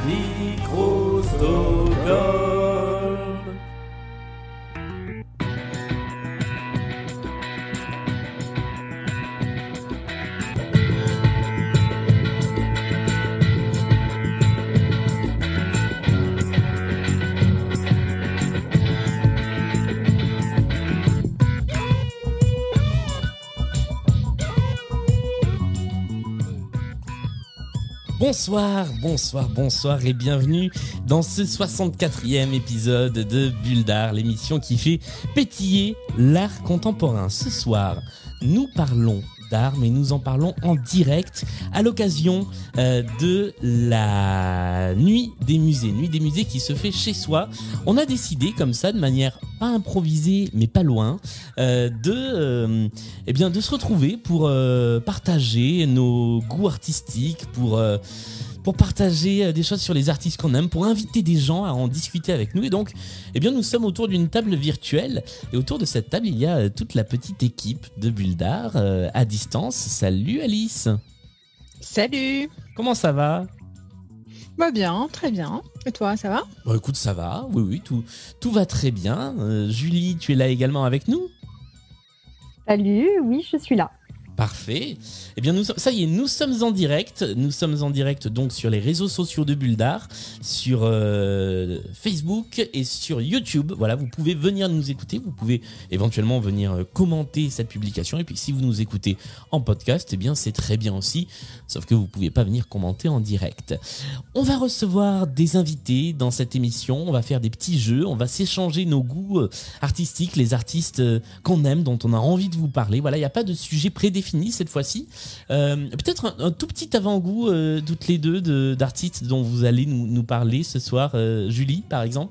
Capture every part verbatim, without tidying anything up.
Micro-Stockholm. Bonsoir, bonsoir, bonsoir et bienvenue dans ce soixante-quatrième épisode de Bulle d'Art, l'émission qui fait pétiller l'art contemporain. Ce soir, nous parlons d'art, mais nous en parlons en direct à l'occasion euh, de la nuit des musées. Nuit des musées qui se fait chez soi. On a décidé comme ça, de manière pas improvisée, mais pas loin, euh, de, euh, eh bien, de se retrouver pour euh, partager nos goûts artistiques, pour... Euh, pour partager des choses sur les artistes qu'on aime, pour inviter des gens à en discuter avec nous. Et donc, eh bien, nous sommes autour d'une table virtuelle. Et autour de cette table, il y a toute la petite équipe de Bulle d'Art euh, à distance. Salut Alice. Salut. Comment ça va ? Bah bien, très bien. Et toi, ça va ? Bon, écoute, ça va. Oui, oui, tout, tout va très bien. Euh, Julie, tu es là également avec nous ? Salut, oui, je suis là. Parfait. Eh bien, nous, ça y est, nous sommes en direct. Nous sommes en direct donc sur les réseaux sociaux de Bulle d'Art, sur euh, Facebook et sur YouTube. Voilà, vous pouvez venir nous écouter. Vous pouvez éventuellement venir euh, commenter cette publication. Et puis, si vous nous écoutez en podcast, eh bien, c'est très bien aussi. Sauf que vous ne pouvez pas venir commenter en direct. On va recevoir des invités dans cette émission. On va faire des petits jeux. On va s'échanger nos goûts euh, artistiques, les artistes euh, qu'on aime, dont on a envie de vous parler. Voilà, il n'y a pas de sujet prédéfini cette fois-ci. Euh, peut-être un, un tout petit avant-goût euh, toutes les deux de, d'artistes dont vous allez nous, nous parler ce soir. Euh, Julie, par exemple.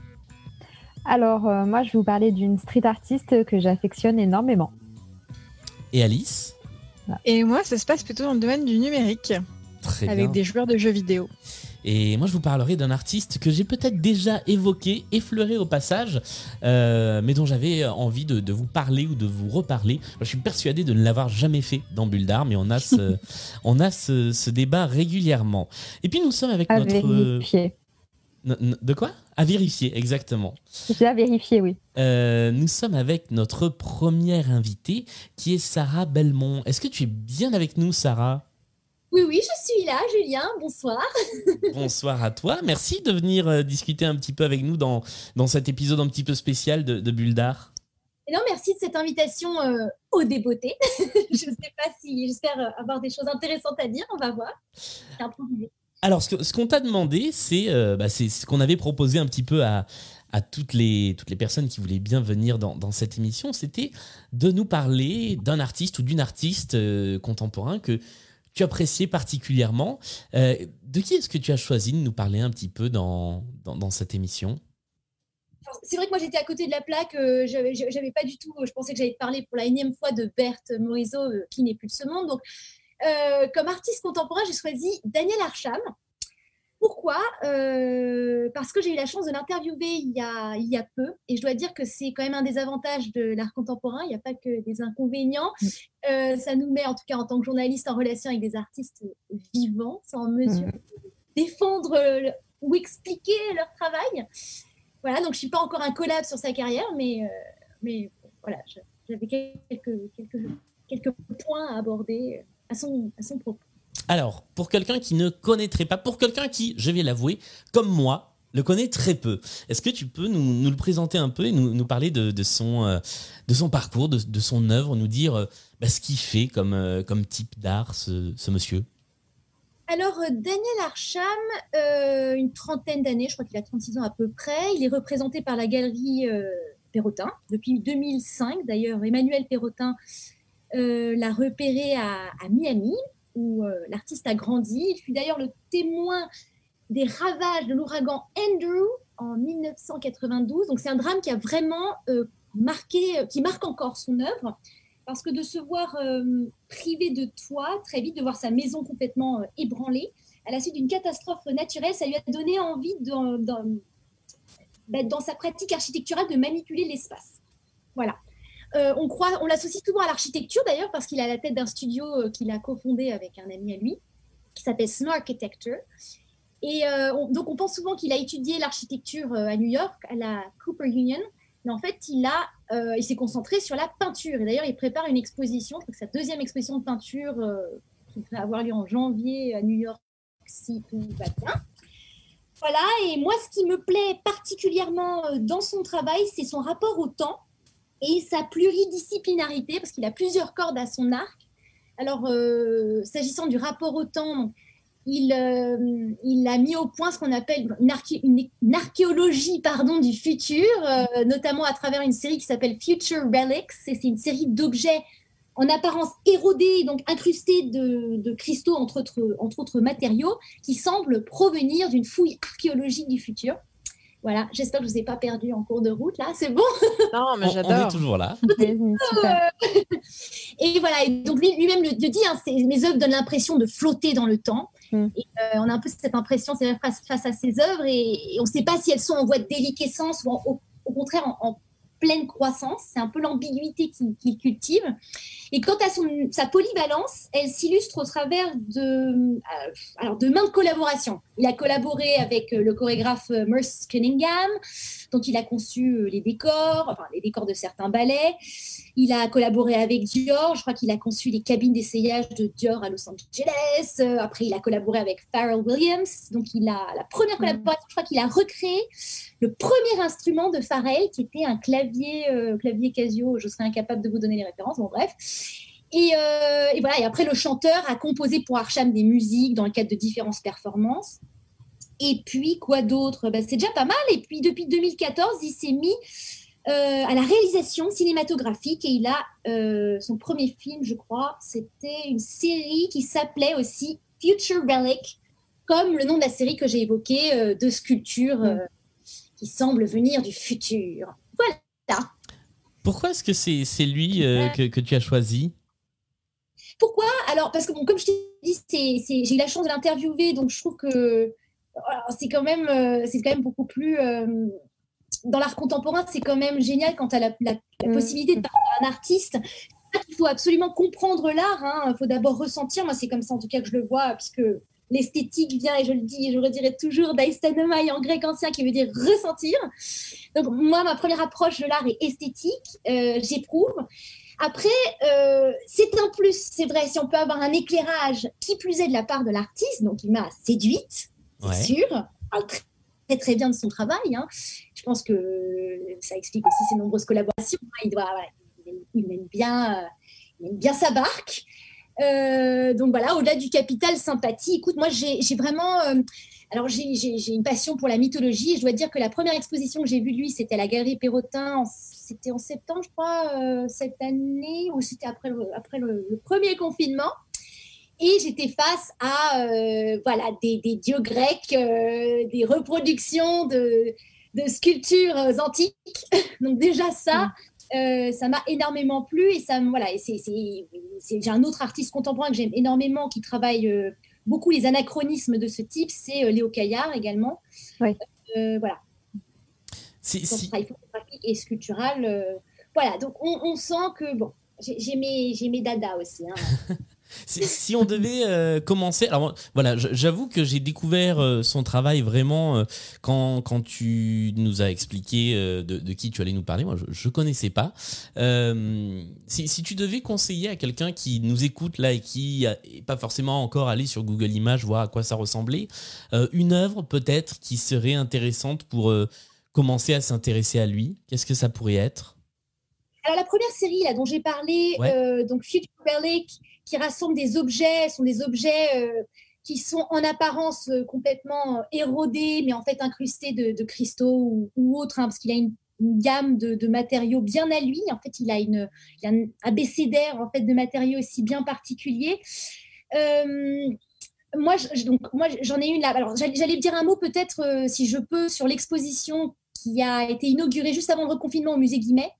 Alors, euh, moi, je vais vous parler d'une street artiste que j'affectionne énormément. Et Alice ? Et moi, ça se passe plutôt dans le domaine du numérique. Très bien. Avec des joueurs de jeux vidéo. Et moi, je vous parlerai d'un artiste que j'ai peut-être déjà évoqué, effleuré au passage, euh, mais dont j'avais envie de, de vous parler ou de vous reparler. Je suis persuadé de ne l'avoir jamais fait dans Bulle d'Art, mais on a ce, on a ce, ce débat régulièrement. Et puis, nous sommes avec à notre... vérifier. De quoi ? À vérifier, exactement. J'ai à vérifier, oui. Euh, nous sommes avec notre première invitée, qui est Sarah Belmont. Est-ce que tu es bien avec nous, Sarah ? Oui, oui, je suis là, Julien, bonsoir. Bonsoir à toi, merci de venir euh, discuter un petit peu avec nous dans, dans cet épisode un petit peu spécial de, de Bulle d'Art. Et non, merci de cette invitation euh, au débeauté. Je ne sais pas si, j'espère avoir des choses intéressantes à dire, on va voir. C'est improvisé. Alors, ce, que, ce qu'on t'a demandé, c'est, euh, bah, c'est ce qu'on avait proposé un petit peu à, à toutes, les, toutes les personnes qui voulaient bien venir dans, dans cette émission, c'était de nous parler d'un artiste ou d'une artiste euh, contemporain que tu appréciais particulièrement. Euh, de qui est-ce que tu as choisi de nous parler un petit peu dans, dans, dans cette émission ? Alors, c'est vrai que moi j'étais à côté de la plaque, euh, j'avais, j'avais pas du tout, je pensais que j'allais te parler pour la énième fois de Berthe Morisot, euh, qui n'est plus de ce monde. Donc, euh, comme artiste contemporain, j'ai choisi Daniel Arsham. Pourquoi ? euh, Parce que j'ai eu la chance de l'interviewer il y, a, il y a peu, et je dois dire que c'est quand même un des avantages de l'art contemporain, il n'y a pas que des inconvénients. Mmh. Euh, ça nous met, en tout cas en tant que journaliste, en relation avec des artistes vivants, sont en mesure mmh. de défendre euh, ou expliquer leur travail. Voilà, donc je ne suis pas encore un collab sur sa carrière, mais, euh, mais voilà, j'avais quelques, quelques, quelques points à aborder à son, à son propos. Alors, pour quelqu'un qui ne connaîtrait pas, pour quelqu'un qui, je vais l'avouer, comme moi, le connaît très peu, est-ce que tu peux nous, nous le présenter un peu et nous, nous parler de, de, son, euh, de son parcours, de, de son œuvre, nous dire euh, bah, ce qu'il fait comme, euh, comme type d'art, ce, ce monsieur ? Alors, Daniel Arsham, euh, une trentaine d'années, je crois qu'il a trente-six ans à peu près, il est représenté par la galerie euh, Perrotin depuis deux mille cinq. D'ailleurs, Emmanuel Perrotin euh, l'a repéré à, à Miami, où euh, l'artiste a grandi. Il fut d'ailleurs le témoin des ravages de l'ouragan Andrew en dix-neuf cent quatre-vingt-douze. Donc c'est un drame qui a vraiment euh, marqué, qui marque encore son œuvre, parce que de se voir euh, privé de toit très vite, de voir sa maison complètement euh, ébranlée à la suite d'une catastrophe naturelle, ça lui a donné envie dans, dans, bah, dans sa pratique architecturale de manipuler l'espace. Voilà. Euh, on, croit, on l'associe souvent à l'architecture d'ailleurs, parce qu'il est à la tête d'un studio euh, qu'il a cofondé avec un ami à lui, qui s'appelle Snow Architecture. Et euh, on, donc, on pense souvent qu'il a étudié l'architecture euh, à New York, à la Cooper Union. Mais en fait, il, a, euh, il s'est concentré sur la peinture. Et d'ailleurs, il prépare une exposition, je crois que c'est sa deuxième exposition de peinture euh, qui devrait avoir lieu en janvier à New York, si tout va bien. Voilà, et moi, ce qui me plaît particulièrement dans son travail, c'est son rapport au temps et sa pluridisciplinarité, parce qu'il a plusieurs cordes à son arc. Alors, euh, s'agissant du rapport au temps, il, euh, il a mis au point ce qu'on appelle une, arché- une, une archéologie pardon, du futur, euh, notamment à travers une série qui s'appelle Future Relics. Et c'est une série d'objets en apparence érodés, donc incrustés de, de cristaux, entre autres, entre autres matériaux, qui semblent provenir d'une fouille archéologique du futur. Voilà, j'espère que je ne vous ai pas perdu en cours de route, là, c'est bon? Non, mais On, j'adore. on est toujours là. Super. Et voilà, et donc lui- lui-même le, le dit, hein, c'est- mes œuvres donnent l'impression de flotter dans le temps. Mm. Et, euh, on a un peu cette impression, c'est vrai, face, face à ces œuvres, et, et on ne sait pas si elles sont en voie de déliquescence ou en- au, au contraire en, en pleine croissance. C'est un peu l'ambiguïté qu'il qu'il cultive. Et quant à son, sa polyvalence, elle s'illustre au travers de, euh, alors de maintes collaborations. Il a collaboré avec euh, le chorégraphe euh, Merce Cunningham, dont il a conçu euh, les décors, enfin les décors de certains ballets. Il a collaboré avec Dior. Je crois qu'il a conçu les cabines d'essayage de Dior à Los Angeles. Euh, après, il a collaboré avec Pharrell Williams. Donc, il a la première collaboration. Je crois qu'il a recréé le premier instrument de Pharrell, qui était un clavier, euh, clavier Casio. Je serais incapable de vous donner les références. Bon, bref. Et, euh, et voilà. Et après, le chanteur a composé pour Arsham des musiques dans le cadre de différentes performances. Et puis, quoi d'autre? Ben, c'est déjà pas mal. Et puis, depuis deux mille quatorze, il s'est mis euh, à la réalisation cinématographique et il a euh, son premier film, je crois, c'était une série qui s'appelait aussi Future Relic, comme le nom de la série que j'ai évoquée, euh, de sculptures euh, qui semblent venir du futur. Voilà. Pourquoi est-ce que c'est, c'est lui euh, que, que tu as choisi? Pourquoi? Alors, parce que, bon, comme je t'ai dit, c'est, c'est, j'ai eu la chance de l'interviewer, donc je trouve que voilà, c'est, quand même, euh, c'est quand même beaucoup plus... Euh, dans l'art contemporain, c'est quand même génial quand tu as la, la, la possibilité de parler à un artiste. Il faut absolument comprendre l'art. Hein. Il faut d'abord ressentir. Moi, c'est comme ça, en tout cas, que je le vois, puisque l'esthétique vient, et je le dis, et je le redirai toujours, d'aistanomai en grec ancien, qui veut dire ressentir. Donc, moi, ma première approche de l'art est esthétique. Euh, j'éprouve. Après, euh, c'est un plus, c'est vrai, si on peut avoir un éclairage, qui plus est de la part de l'artiste, donc il m'a séduite, c'est Ouais. sûr. Alors, très, très, très bien de son travail. Hein. Je pense que ça explique aussi ses nombreuses collaborations. Il, doit, voilà, il, il, aime, bien, euh, il aime bien sa barque. Euh, donc voilà, au-delà du capital sympathie, écoute, moi j'ai, j'ai vraiment... Euh, alors j'ai, j'ai, j'ai une passion pour la mythologie et je dois dire que la première exposition que j'ai vue de lui, c'était à la Galerie Perrotin, en, c'était en septembre, je crois, euh, cette année, ou c'était après le, après le, le premier confinement. Et j'étais face à euh, voilà, des, des dieux grecs, euh, des reproductions de, de sculptures antiques. Donc déjà ça, euh, ça m'a énormément plu. Et ça, voilà, et c'est, c'est, c'est, j'ai un autre artiste contemporain que j'aime énormément qui travaille euh, beaucoup les anachronismes de ce type, c'est euh, Léo Caillard également. Oui. Euh, voilà. C'est, Son si... travail photographique et sculptural. Euh, voilà, donc on, on sent que, bon, j'ai, j'ai, mes, j'ai mes dadas aussi. Hein. Si, si on devait euh, commencer, alors voilà, j'avoue que j'ai découvert euh, son travail vraiment euh, quand, quand tu nous as expliqué euh, de, de qui tu allais nous parler. Moi, je ne connaissais pas. Euh, si, si tu devais conseiller à quelqu'un qui nous écoute là et qui n'est pas forcément encore allé sur Google Images voir à quoi ça ressemblait, euh, une œuvre peut-être qui serait intéressante pour euh, commencer à s'intéresser à lui, qu'est-ce que ça pourrait être? Alors la première série là dont j'ai parlé, ouais. euh, donc Future Relic, qui rassemble des objets, sont des objets euh, qui sont en apparence euh, complètement euh, érodés, mais en fait incrustés de, de cristaux ou, ou autres, hein, parce qu'il a une, une gamme de, de matériaux bien à lui. En fait, il a, une, il a un abécédaire en fait, de matériaux aussi bien particuliers. Euh, moi, je, donc, moi, j'en ai une là. Alors, j'allais, j'allais dire un mot peut-être, euh, si je peux, sur l'exposition qui a été inaugurée juste avant le reconfinement au musée Guimet.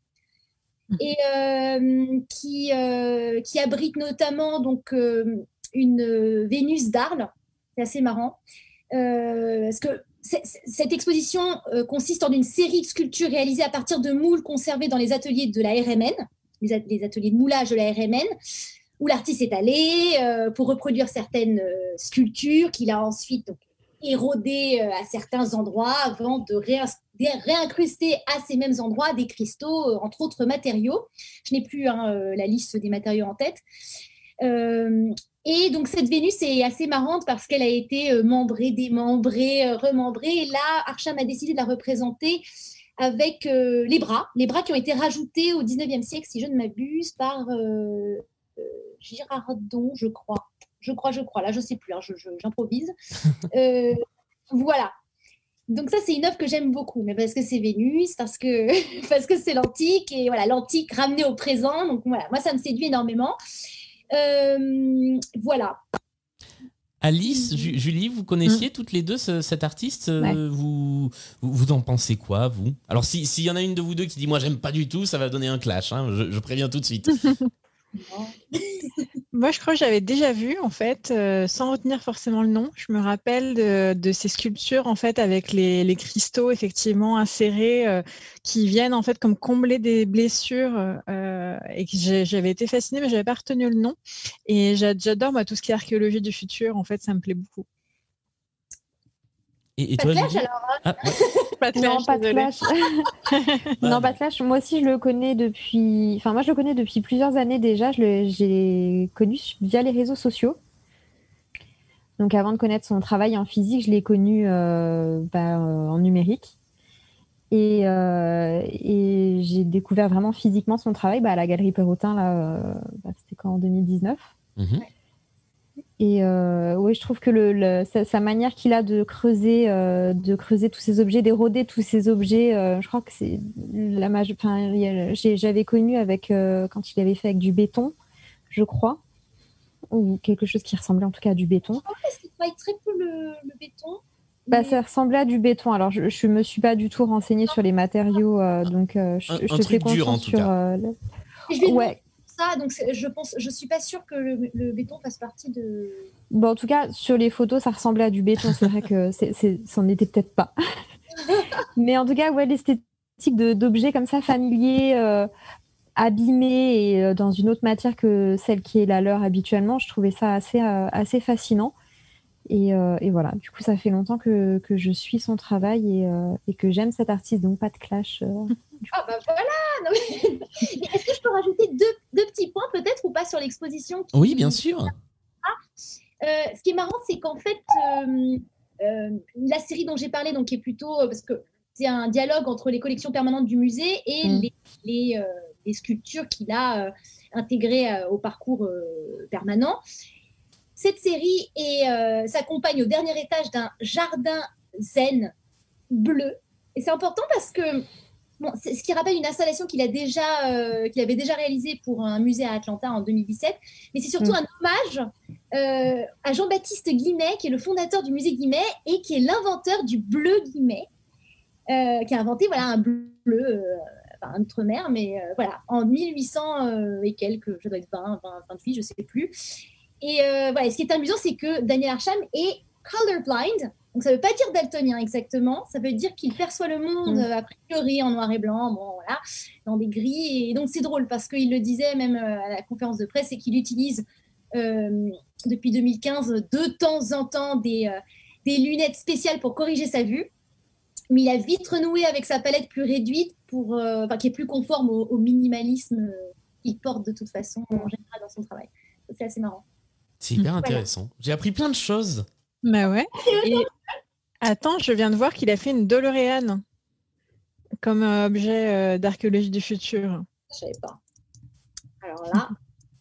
Et euh, qui, euh, qui abrite notamment donc, euh, une euh, Vénus d'Arles. C'est assez marrant. Euh, parce que c'est, c'est, cette exposition euh, consiste en une série de sculptures réalisées à partir de moules conservés dans les ateliers de la R M N, les, a- les ateliers de moulage de la R M N, où l'artiste est allé euh, pour reproduire certaines euh, sculptures qu'il a ensuite donc, érodé euh, à certains endroits avant de réins- réincruster à ces mêmes endroits des cristaux, euh, entre autres matériaux. Je n'ai plus hein, euh, la liste des matériaux en tête. Euh, et donc cette Vénus est assez marrante parce qu'elle a été euh, membrée, démembrée, euh, remembrée. Et là, Arsham a décidé de la représenter avec euh, les bras, les bras qui ont été rajoutés au dix-neuvième siècle, si je ne m'abuse, par euh, euh, Girardon, je crois. Je crois, je crois. Là, je ne sais plus, hein, je, je, j'improvise. Euh, voilà. Donc ça, c'est une œuvre que j'aime beaucoup, mais parce que c'est Vénus, parce que, parce que c'est l'antique, et voilà, l'antique ramené au présent. Donc voilà, moi, ça me séduit énormément. Euh, voilà. Alice, Ju- Julie, vous connaissiez mmh. toutes les deux ce, cet artiste ouais. euh, vous, vous, vous en pensez quoi, vous? Alors, s'il si y en a une de vous deux qui dit « moi, j'aime pas du tout », ça va donner un clash, hein, je, je préviens tout de suite. Moi, je crois que j'avais déjà vu, en fait, euh, sans retenir forcément le nom. Je me rappelle de, de ces sculptures, en fait, avec les, les cristaux, effectivement, insérés, euh, qui viennent, en fait, comme combler des blessures. Euh, et que j'ai, j'avais été fascinée, mais je n'avais pas retenu le nom. Et j'adore, moi, tout ce qui est archéologie du futur. En fait, ça me plaît beaucoup. Et, et pas toi, de clash, Julie alors hein ah, ouais. Pas de clash, non, pas de clash. non, pas de clash. Moi aussi, je le connais depuis. Enfin, moi, je le connais depuis plusieurs années déjà. Je le... J'ai connu via les réseaux sociaux. Donc, avant de connaître son travail en physique, je l'ai connu euh, bah, euh, en numérique. Et, euh, et j'ai découvert vraiment physiquement son travail bah, à la Galerie Perrotin. Là, euh, bah, c'était quand, en deux mille dix-neuf. Mm-hmm. Et euh, oui, je trouve que le, le, sa, sa manière qu'il a de creuser, euh, de creuser tous ces objets, d'éroder tous ces objets, euh, je crois que c'est la majeure. Enfin, j'ai, j'avais connu avec euh, quand il avait fait avec du béton, je crois, ou quelque chose qui ressemblait en tout cas à du béton. Je crois qu'il travaille très peu le, le béton. Bah, ça ressemblait à du béton. Alors, je, je me suis pas du tout renseignée sur les matériaux, euh, donc euh, je, un, je un te truc fais confiance dur en tout sur. cas. Euh, le... Je lui ouais. Ça, donc je pense, je suis pas sûre que le, le béton fasse partie de. Bon, en tout cas, sur les photos, ça ressemblait à du béton. C'est vrai que c'est, c'est, ça n'en était peut-être pas. Mais en tout cas, ouais, l'esthétique de, d'objets comme ça, familiers, euh, abîmés et euh, dans une autre matière que celle qui est la leur habituellement, je trouvais ça assez, euh, assez fascinant. Et, euh, et voilà, du coup, ça fait longtemps que, que je suis son travail et, euh, et que j'aime cet artiste, donc pas de clash. Euh, ah bah voilà non, mais... Est-ce que je peux rajouter deux, deux petits points peut-être ou pas sur l'exposition qui... Oui, bien sûr. Ah, euh, ce qui est marrant, c'est qu'en fait, euh, euh, la série dont j'ai parlé, donc, qui est plutôt... parce que c'est un dialogue entre les collections permanentes du musée et mmh. les, les, euh, les sculptures qu'il a euh, intégrées euh, au parcours euh, permanent. Cette série est, euh, s'accompagne au dernier étage d'un jardin zen bleu. Et c'est important parce que bon, c'est ce qui rappelle une installation qu'il, a déjà, euh, qu'il avait déjà réalisée pour un musée à Atlanta en deux mille dix-sept. Mais c'est surtout mmh. un hommage euh, à Jean-Baptiste Guimet, qui est le fondateur du musée Guimet et qui est l'inventeur du bleu Guimet, euh, qui a inventé voilà, un bleu, euh, enfin, un outre-mer, mais euh, voilà, en mille huit cents euh, et quelques, je dois être vingt, vingt, vingt-huit, je ne sais plus. Et euh, voilà, ce qui est amusant, c'est que Daniel Arsham est colorblind. Donc, ça ne veut pas dire daltonien exactement. Ça veut dire qu'il perçoit le monde mmh. a priori en noir et blanc, bon, voilà, dans des gris. Et donc, c'est drôle parce qu'il le disait même à la conférence de presse, c'est qu'il utilise euh, depuis deux mille quinze de temps en temps des, euh, des lunettes spéciales pour corriger sa vue. Mais il a vite renoué avec sa palette plus réduite, pour, euh, enfin, qui est plus conforme au, au minimalisme qu'il porte de toute façon en général dans son travail. C'est assez marrant. C'est hyper intéressant. Voilà. J'ai appris plein de choses. Bah ouais. Et... Attends, je viens de voir qu'il a fait une DeLorean comme euh, objet euh, d'archéologie du futur. Je savais pas. Alors là,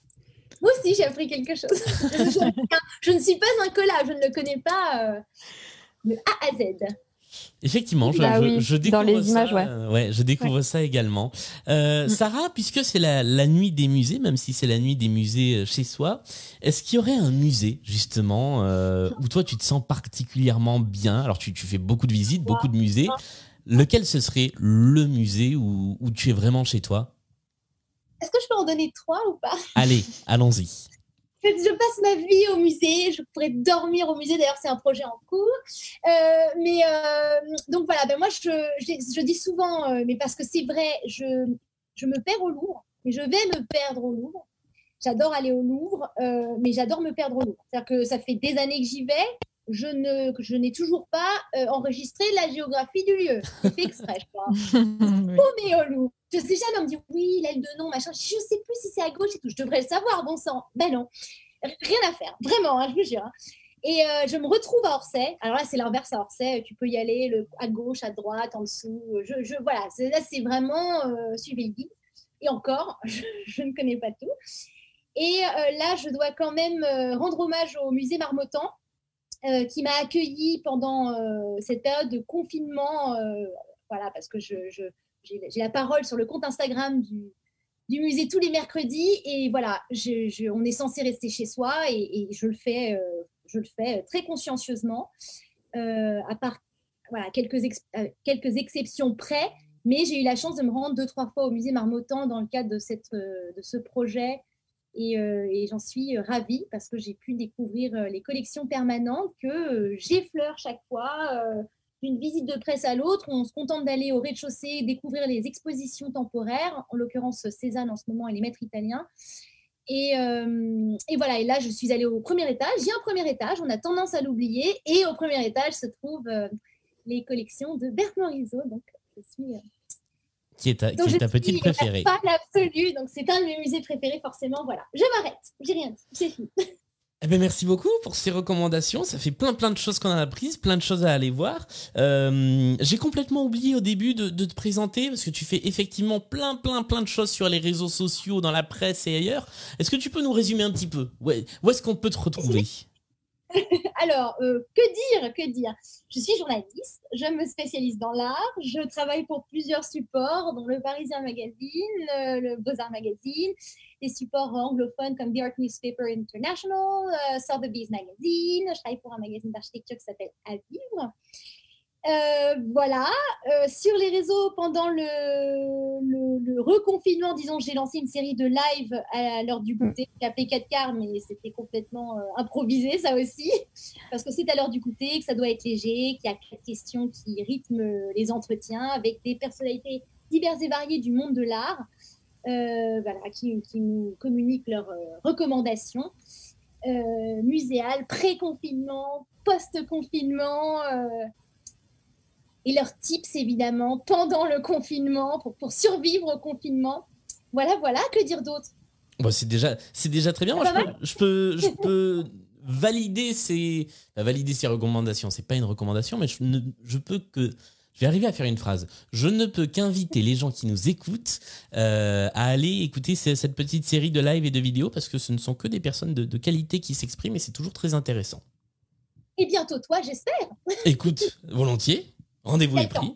moi aussi j'ai appris quelque chose. je, je ne suis pas un collage, je ne le connais pas euh, de A à Z. Effectivement, je, bah je, oui, je découvre dans les ça, images, ouais. Euh, ouais, je découvre ouais. ça également. Euh, mm. Sarah, puisque c'est la, la nuit des musées, même si c'est la nuit des musées chez soi, est-ce qu'il y aurait un musée justement euh, où toi tu te sens particulièrement bien? Alors tu, tu fais beaucoup de visites, beaucoup de musées. Lequel ce serait le musée où, où tu es vraiment chez toi? Est-ce que je peux en donner trois ou pas? Allez, allons-y. Je passe ma vie au musée, je pourrais dormir au musée, d'ailleurs c'est un projet en cours. Euh, mais euh, donc voilà, ben moi je, je, je dis souvent, euh, mais parce que c'est vrai, je, je me perds au Louvre, mais je vais me perdre au Louvre. J'adore aller au Louvre, euh, mais j'adore me perdre au Louvre. C'est-à-dire que ça fait des années que j'y vais, je, ne, je n'ai toujours pas euh, enregistré la géographie du lieu. C'est fait exprès, je crois. Oh, mais oh, loup. Je sais jamais, on me dit oui, l'aile de nom, machin. Je ne sais plus si c'est à gauche et tout. Je devrais le savoir, bon sang. Ben non, rien à faire, vraiment, hein, je vous jure. Hein. Et euh, je me retrouve à Orsay. Alors là, c'est l'inverse à Orsay. Tu peux y aller le, à gauche, à droite, en dessous. Je, je, voilà, c'est, là, c'est vraiment euh, suivez le guide. Et encore, je, je ne connais pas tout. Et euh, là, je dois quand même euh, rendre hommage au musée Marmottan, euh, qui m'a accueilli pendant euh, cette période de confinement. Euh, voilà, parce que je, je, j'ai, j'ai la parole sur le compte Instagram du, du musée tous les mercredis. Et voilà, je, je, on est censé rester chez soi et, et je le fais. Euh, Je le fais très consciencieusement, euh, à part voilà, quelques, ex- euh, quelques exceptions près, mais j'ai eu la chance de me rendre deux, trois fois au musée Marmottan dans le cadre de, cette, euh, de ce projet et, euh, et j'en suis ravie parce que j'ai pu découvrir euh, les collections permanentes que euh, j'effleure chaque fois. Euh, d'une visite de presse à l'autre, on se contente d'aller au rez-de-chaussée, découvrir les expositions temporaires, en l'occurrence Cézanne en ce moment et les maîtres italiens. Et, euh, et voilà, et là, je suis allée au premier étage. Il y a un premier étage, on a tendance à l'oublier. Et au premier étage se trouvent euh, les collections de Berthe Morisot. Donc, je suis... Euh... Qui est ta, qui est ta petite préférée. Pas l'absolu, donc c'est un de mes musées préférés, forcément. Voilà, je m'arrête, j'ai rien dit, c'est fini. Eh ben merci beaucoup pour ces recommandations. Ça fait plein plein de choses qu'on a apprises, plein de choses à aller voir. Euh, j'ai complètement oublié au début de, de te présenter parce que tu fais effectivement plein plein plein de choses sur les réseaux sociaux, dans la presse et ailleurs. Est-ce que tu peux nous résumer un petit peu ? Ouais, où est-ce qu'on peut te retrouver ? Alors, euh, que dire, que dire ? Je suis journaliste, je me spécialise dans l'art, je travaille pour plusieurs supports, dont le Parisien Magazine, le, le Beaux-Arts Magazine, des supports anglophones comme The Art Newspaper International, euh, Sotheby's Magazine, je travaille pour un magazine d'architecture qui s'appelle À Vivre. Euh, voilà, euh, sur les réseaux, pendant le, le, le reconfinement, disons, j'ai lancé une série de live à l'heure du goûter, qui s'appelait quatre quarts, mais c'était complètement euh, improvisé, ça aussi, parce que c'est à l'heure du goûter, que ça doit être léger, qu'il y a quatre questions qui rythment les entretiens avec des personnalités diverses et variées du monde de l'art, euh, voilà, qui, qui nous communiquent leurs euh, recommandations euh, muséales, pré-confinement, post-confinement, euh, et leurs tips, évidemment, pendant le confinement, pour, pour survivre au confinement. Voilà, voilà, que dire d'autre ? Bon, c'est déjà, c'est déjà très bien. Moi, je peux, je peux, je peux valider ces, valider ces recommandations. C'est pas une recommandation, mais je, ne, je peux que... Je vais arriver à faire une phrase. Je ne peux qu'inviter les gens qui nous écoutent euh, à aller écouter cette petite série de live et de vidéos parce que ce ne sont que des personnes de, de qualité qui s'expriment et c'est toujours très intéressant. Et bientôt toi, j'espère. Écoute, volontiers. Rendez-vous est pris.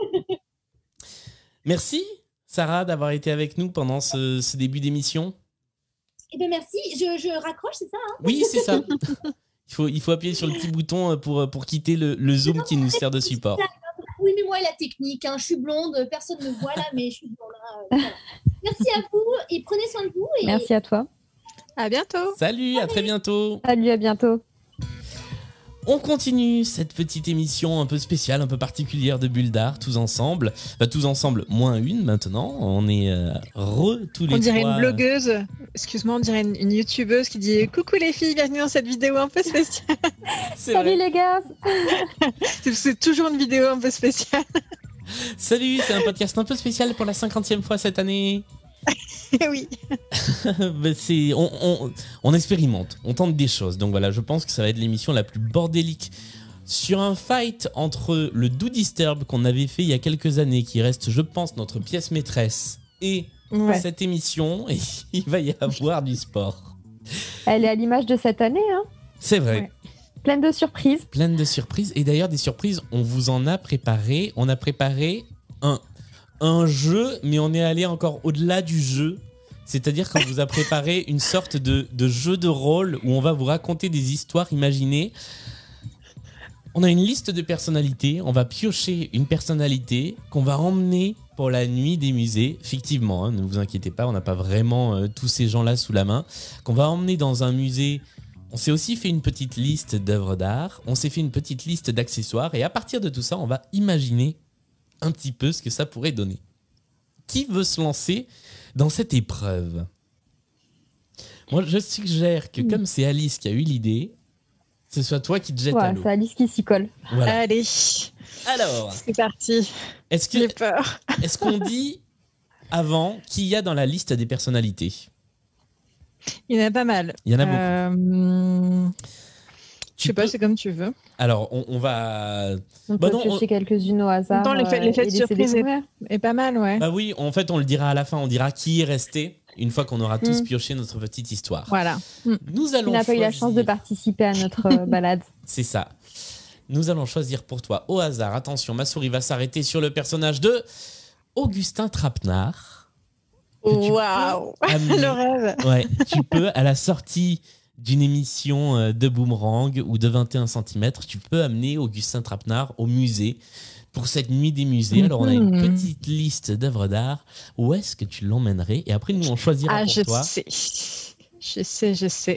Merci, Sarah, d'avoir été avec nous pendant ce, ce début d'émission. Eh bien, merci. Je, je raccroche, c'est ça hein ? Oui, c'est ça. Il faut, il faut appuyer sur le petit bouton pour, pour quitter le, le Zoom non, qui nous sert de support. Oui, mais moi, la technique, hein, je suis blonde, personne ne me voit là, mais je suis blonde. Hein, voilà. Merci à vous et prenez soin de vous. Et... Merci à toi. À bientôt. Salut, à très bientôt. Salut, à bientôt. On continue cette petite émission un peu spéciale, un peu particulière de Bulles d'Art, tous ensemble. Enfin, tous ensemble, moins une maintenant. On est euh, re tous les On dirait trois. une blogueuse, excuse-moi, on dirait une, une youtubeuse qui dit « Coucou les filles, bienvenue dans cette vidéo un peu spéciale. » Salut les gars. c'est, c'est toujours une vidéo un peu spéciale. Salut, c'est un podcast un peu spécial pour la cinquantième fois cette année. Oui. c'est, on, on, on expérimente, on tente des choses. Donc voilà, je pense que ça va être l'émission la plus bordélique sur un fight entre le Do Disturb qu'on avait fait il y a quelques années, qui reste, je pense, notre pièce maîtresse, et ouais. cette émission. Et il va y avoir du sport. Elle est à l'image de cette année, hein. C'est vrai. Ouais. Pleine de surprises. Pleine de surprises. Et d'ailleurs, des surprises, on vous en a préparé. On a préparé un... un jeu, mais on est allé encore au-delà du jeu. C'est-à-dire qu'on vous a préparé une sorte de, de jeu de rôle où on va vous raconter des histoires imaginées. On a une liste de personnalités. On va piocher une personnalité qu'on va emmener pour la nuit des musées. Fictivement, hein, ne vous inquiétez pas, on n'a pas vraiment euh, tous ces gens-là sous la main. Qu'on va emmener dans un musée. On s'est aussi fait une petite liste d'œuvres d'art. On s'est fait une petite liste d'accessoires. Et à partir de tout ça, on va imaginer un petit peu ce que ça pourrait donner. Qui veut se lancer dans cette épreuve ? Moi, je suggère que comme c'est Alice qui a eu l'idée, ce soit toi qui te jettes Ouais, à l'eau. c'est Alice qui s'y colle. Voilà. Allez, Alors, c'est parti. est-ce que J'ai peur. est-ce qu'on dit avant qui y a dans la liste des personnalités? Il y en a pas mal. Il y en a beaucoup. Euh... Je Tu sais pas, peux- c'est comme tu veux. Alors, on, on va. On Bah peut non, piocher quelques-unes au hasard. Dans les fêtes- les euh, fêtes et laisser surprises, découvrir. Et pas mal, ouais. Bah oui, en fait, on le dira à la fin. On dira qui est resté une fois qu'on aura tous Mm. pioché notre petite histoire. Voilà. Nous allons Qui n'a pas eu la choisir- chance de participer à notre euh, balade. C'est ça. Nous allons choisir pour toi au hasard. Attention, ma souris va s'arrêter sur le personnage de Augustin Trapenard. Que tu peux Waouh. amener- Le rêve. Ouais, tu peux, à la sortie d'une émission euh, de Boomerang ou de vingt et un centimètres, tu peux amener Augustin Trapenard au musée pour cette nuit des musées. Alors, on a une Mhm. petite liste d'œuvres d'art. Où est-ce que tu l'emmènerais? Et après, nous, on choisira Ah, pour je toi. sais. Je sais, je sais.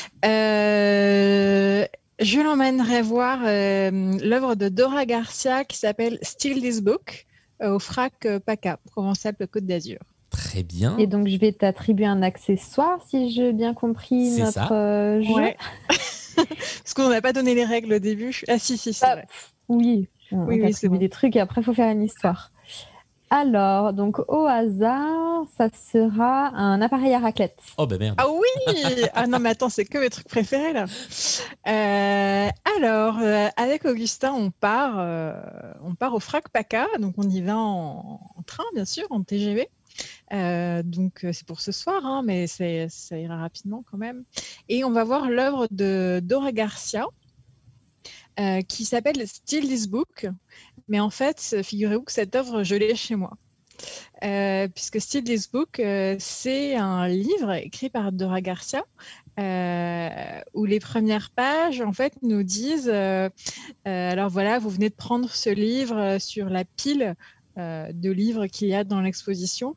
Euh, Je l'emmènerai voir euh, l'œuvre de Dora Garcia qui s'appelle Steal This Book euh, au Frac euh, PACA, Provence-Alpes-Côte d'Azur. Très bien. Et donc, je vais t'attribuer un accessoire, si j'ai bien compris C'est notre ça. euh, jeu. Ouais. Parce qu'on n'a pas donné les règles au début. Ah si, si, c'est Ah, vrai. Oui, on Oui, oui, t'attribue c'est bon. des trucs et après, il faut faire une histoire. Alors, donc, au hasard, ça sera un appareil à raclette. Oh, ben merde. Ah oui. Ah non, mais attends, c'est que mes trucs préférés là. Euh, alors, euh, avec Augustin, on part, euh, on part au Frac PACA, donc on y va en, en train, bien sûr, en T G V. Euh, donc euh, c'est pour ce soir, hein, mais c'est, ça ira rapidement quand même. Et on va voir l'œuvre de Dora Garcia euh, qui s'appelle Steal This Book. Mais en fait, figurez-vous que cette œuvre, je l'ai chez moi. Euh, puisque Steal This Book, euh, c'est un livre écrit par Dora Garcia euh, où les premières pages, en fait, nous disent euh, euh, alors voilà, vous venez de prendre ce livre sur la pile euh, de livres qu'il y a dans l'exposition.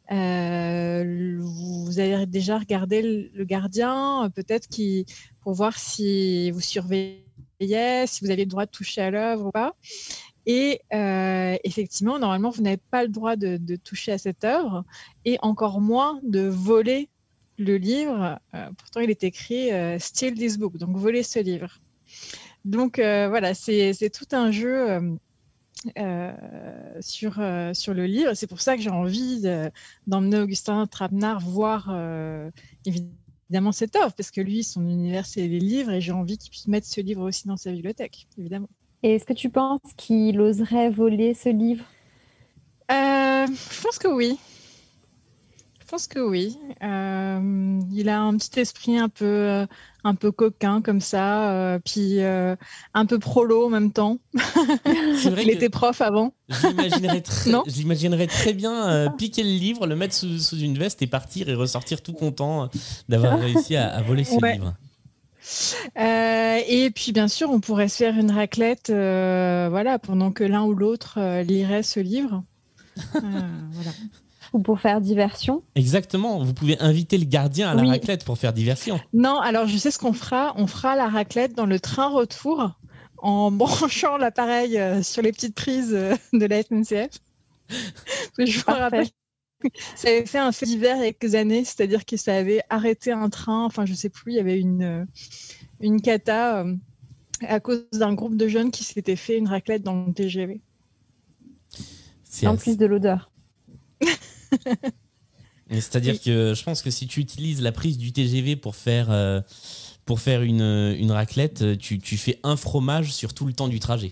Euh, vous avez déjà regardé le, le gardien, peut-être qui, pour voir si vous surveillez, si vous aviez le droit de toucher à l'œuvre ou pas. Et euh, effectivement, normalement, vous n'avez pas le droit de, de toucher à cette œuvre et encore moins de voler le livre. Euh, pourtant, il est écrit euh, « Steal this book », donc voler ce livre. Donc euh, voilà, c'est, c'est tout un jeu euh, euh, sur, euh, sur le livre. C'est pour ça que j'ai envie de, d'emmener Augustin Trapenard voir euh, évidemment cette œuvre, parce que lui, son univers, c'est les livres et j'ai envie qu'il puisse mettre ce livre aussi dans sa bibliothèque, évidemment. Et est-ce que tu penses qu'il oserait voler ce livre? Euh, je pense que oui. Je pense que oui. Euh, il a un petit esprit un peu, euh, un peu coquin comme ça, euh, puis euh, un peu prolo en même temps. C'est vrai il que était prof avant. j'imaginerais très, Non j'imaginerais très bien euh, piquer le livre, le mettre sous, sous une veste et partir et ressortir tout content euh, d'avoir réussi à, à voler ce Ouais. livre. Euh, et puis bien sûr, on pourrait se faire une raclette, euh, voilà, pendant que l'un ou l'autre euh, lirait ce livre. Euh, voilà. Ou pour faire diversion? Exactement, vous pouvez inviter le gardien à la Oui. raclette pour faire diversion. Non, alors je sais ce qu'on fera. On fera la raclette dans le train retour en branchant l'appareil euh, sur les petites prises euh, de la S N C F. Je me Parfait. rappelle. Ça avait fait un fait divers il y a quelques années, c'est-à-dire que ça avait arrêté un train, enfin je sais plus, il y avait une, euh, une cata euh, à cause d'un groupe de jeunes qui s'était fait une raclette dans le T G V. C'est En assez- plus de l'odeur. Mais C'est-à-dire Oui. que je pense que si tu utilises la prise du T G V pour faire, euh, pour faire une, une raclette, tu, tu fais un fromage sur tout le temps du trajet.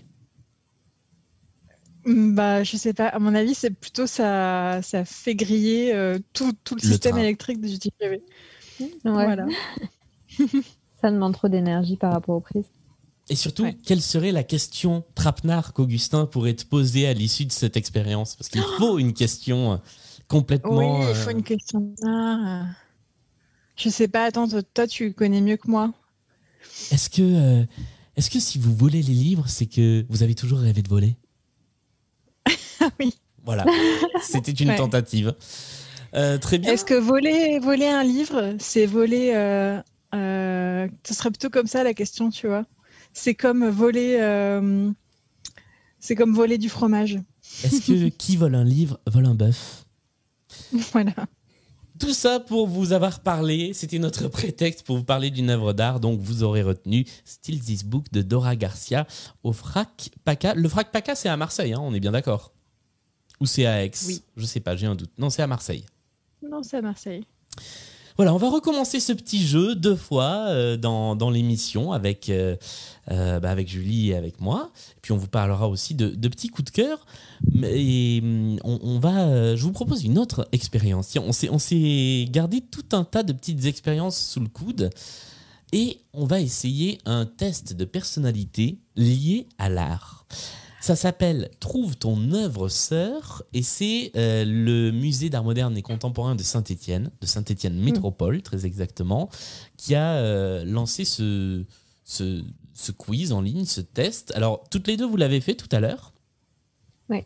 Bah, je sais pas, à mon avis, c'est plutôt ça, ça fait griller euh, tout, tout le, Le système train. électrique du T G V. Ouais. Voilà. Ça demande trop d'énergie par rapport aux prises. Et surtout, Ouais. quelle serait la question trapenard qu'Augustin pourrait te poser à l'issue de cette expérience? Parce qu'il faut une question euh, complètement... Oui, il faut euh, une question. Ah, je sais pas, attends, toi, toi, tu connais mieux que moi. Est-ce que, euh, est-ce que si vous volez les livres, c'est que vous avez toujours rêvé de voler? Ah oui. Voilà, c'était une Ouais. tentative. Euh, très bien. Est-ce que voler, voler un livre, c'est voler... Euh, euh, ce serait plutôt comme ça la question, tu vois. C'est comme voler... euh, c'est comme voler du fromage. Est-ce que qui vole un livre vole un bœuf? Voilà. Tout ça pour vous avoir parlé, c'était notre prétexte pour vous parler d'une œuvre d'art, donc vous aurez retenu Steal This Book de Dora Garcia au Frac Paca. Le Frac Paca, c'est à Marseille, hein, on est bien d'accord? Ou c'est à Aix? Oui. Je sais pas, j'ai un doute. Non, c'est à Marseille. Non, c'est à Marseille. Voilà, on va recommencer ce petit jeu deux fois euh, dans, dans l'émission avec, euh, euh, bah avec Julie et avec moi. Puis on vous parlera aussi de, de petits coups de cœur. Et on, on va, euh, je vous propose une autre expérience. Tiens, on s'est, on s'est gardé tout un tas de petites expériences sous le coude. Et on va essayer un test de personnalité lié à l'art. Ça s'appelle « Trouve ton œuvre sœur » et c'est euh, le musée d'art moderne et contemporain de Saint-Étienne, de Saint-Étienne Métropole, mmh. très exactement, qui a euh, lancé ce, ce, ce quiz en ligne, ce test. Alors, toutes les deux, vous l'avez fait tout à l'heure. Oui.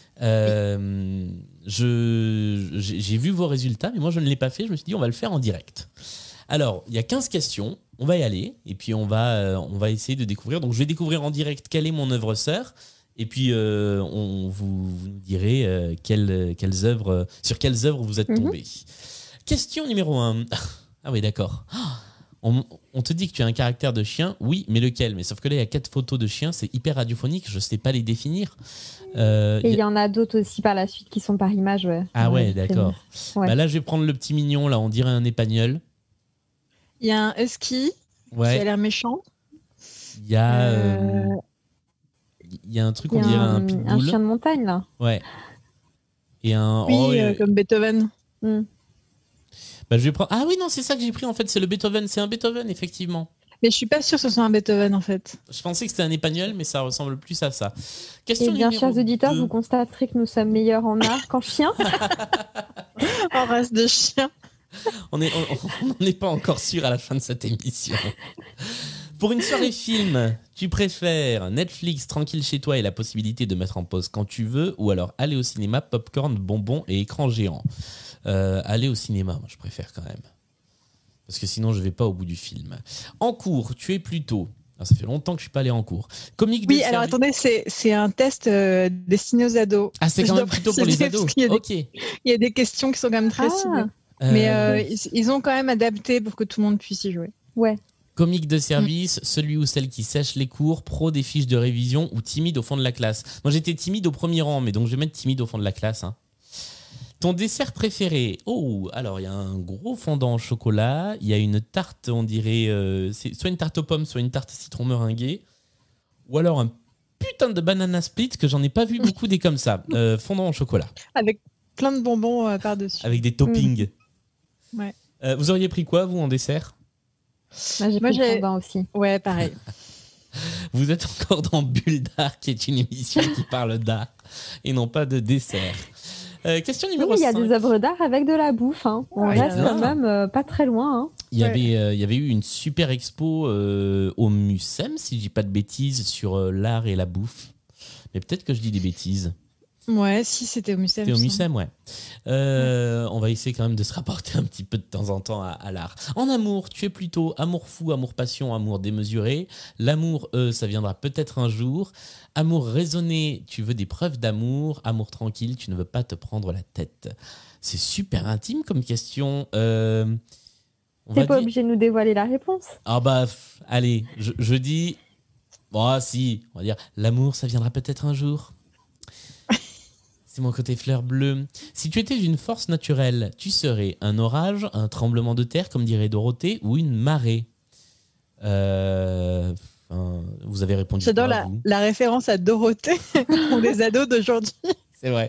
Euh, je, j'ai, j'ai vu vos résultats, mais moi, je ne l'ai pas fait. Je me suis dit, on va le faire en direct. Alors, il y a quinze questions. On va y aller et puis on va, euh, on va essayer de découvrir. Donc, je vais découvrir en direct quelle est mon œuvre sœur. Et puis, euh, on, vous, vous nous direz euh, quelles, quelles œuvres, sur quelles œuvres vous êtes tombés. Mm-hmm. Question numéro un. Ah oui, d'accord. On, on te dit que tu as un caractère de chien. Oui, mais lequel? Mais sauf que là, il y a quatre photos de chiens. C'est hyper radiophonique. Je ne sais pas les définir. Euh, Et il y, y en a d'autres aussi par la suite qui sont par image. Ouais. Ah ouais, ouais d'accord. Ouais. Bah là, je vais prendre le petit mignon. Là, on dirait un épagnol. Il y a un husky ouais. qui a l'air méchant. Il y a... Euh... Euh... Il y a un truc, on dirait un, un pitbull. Un chien de montagne, là. Ouais. Et un... Oui, oh, euh, et... comme Beethoven. Mm. Bah, je vais prendre... Ah oui, non, c'est ça que j'ai pris, en fait. C'est le Beethoven. C'est un Beethoven, effectivement. Mais je suis pas sûre que ce soit un Beethoven, en fait. Je pensais que c'était un épagnol, mais ça ressemble plus à ça. Question et bien, numéro chers auditeurs, deux. Vous constaterez que nous sommes meilleurs en art qu'en chien. En race de chien. On n'en on, on est pas encore sûr à la fin de cette émission. Pour une soirée film, tu préfères Netflix tranquille chez toi et la possibilité de mettre en pause quand tu veux, ou alors aller au cinéma, popcorn, bonbons et écran géant? euh, Aller au cinéma, moi je préfère quand même. Parce que sinon je vais pas au bout du film. En cours, tu es plutôt... Alors, ça fait longtemps que je suis pas allé en cours. Comique de oui, alors service... attendez, c'est, c'est un test euh, destiné aux ados. Ah, c'est quand même plutôt pour les ados. Il y, a ok. des, il y a des questions qui sont quand même très ah. ciblées. Euh... Mais euh, ils, ils ont quand même adapté pour que tout le monde puisse y jouer. Ouais. Comique de service, mmh. celui ou celle qui sèche les cours, pro des fiches de révision ou timide au fond de la classe. Moi, j'étais timide au premier rang, mais donc je vais mettre timide au fond de la classe. Hein. Ton dessert préféré? Oh, alors il y a un gros fondant au chocolat, il y a une tarte, on dirait, euh, c'est soit une tarte aux pommes, soit une tarte citron meringuée, ou alors un putain de banana split que j'en ai pas vu beaucoup des comme ça. Euh, fondant au chocolat. Avec plein de bonbons euh, par-dessus. Avec des toppings. Mmh. Ouais. Euh, vous auriez pris quoi, vous, en dessert? Moi, j'ai Moi, pris j'ai... le fondant aussi. Ouais, pareil. Vous êtes encore dans Bulle d'art, qui est une émission qui parle d'art et non pas de dessert. Euh, question numéro oui, il y a cinq. des œuvres d'art avec de la bouffe. Hein. On ouais, reste quand même euh, pas très loin. Hein. Il y ouais. avait, euh, il y avait eu une super expo euh, au Mucem, si je dis pas de bêtises, sur euh, l'art et la bouffe. Mais peut-être que je dis des bêtises. Ouais, si c'était au Mucem. C'était au Mucem, ouais. Euh, ouais. On va essayer quand même de se rapporter un petit peu de temps en temps à, à l'art. En amour, tu es plutôt amour fou, amour passion, amour démesuré. L'amour, euh, ça viendra peut-être un jour. Amour raisonné, tu veux des preuves d'amour. Amour tranquille, tu ne veux pas te prendre la tête. C'est super intime comme question. Euh, on T'es va pas dire... obligé de nous dévoiler la réponse. Ah bah, f- allez, je, je dis... Bon, ah, si, on va dire, l'amour, ça viendra peut-être un jour. C'est mon côté fleur bleue. Si tu étais une force naturelle, tu serais un orage, un tremblement de terre, comme dirait Dorothée, ou une marée. Euh, enfin, vous avez répondu. J'adore la, la référence à Dorothée pour les ados d'aujourd'hui. C'est vrai.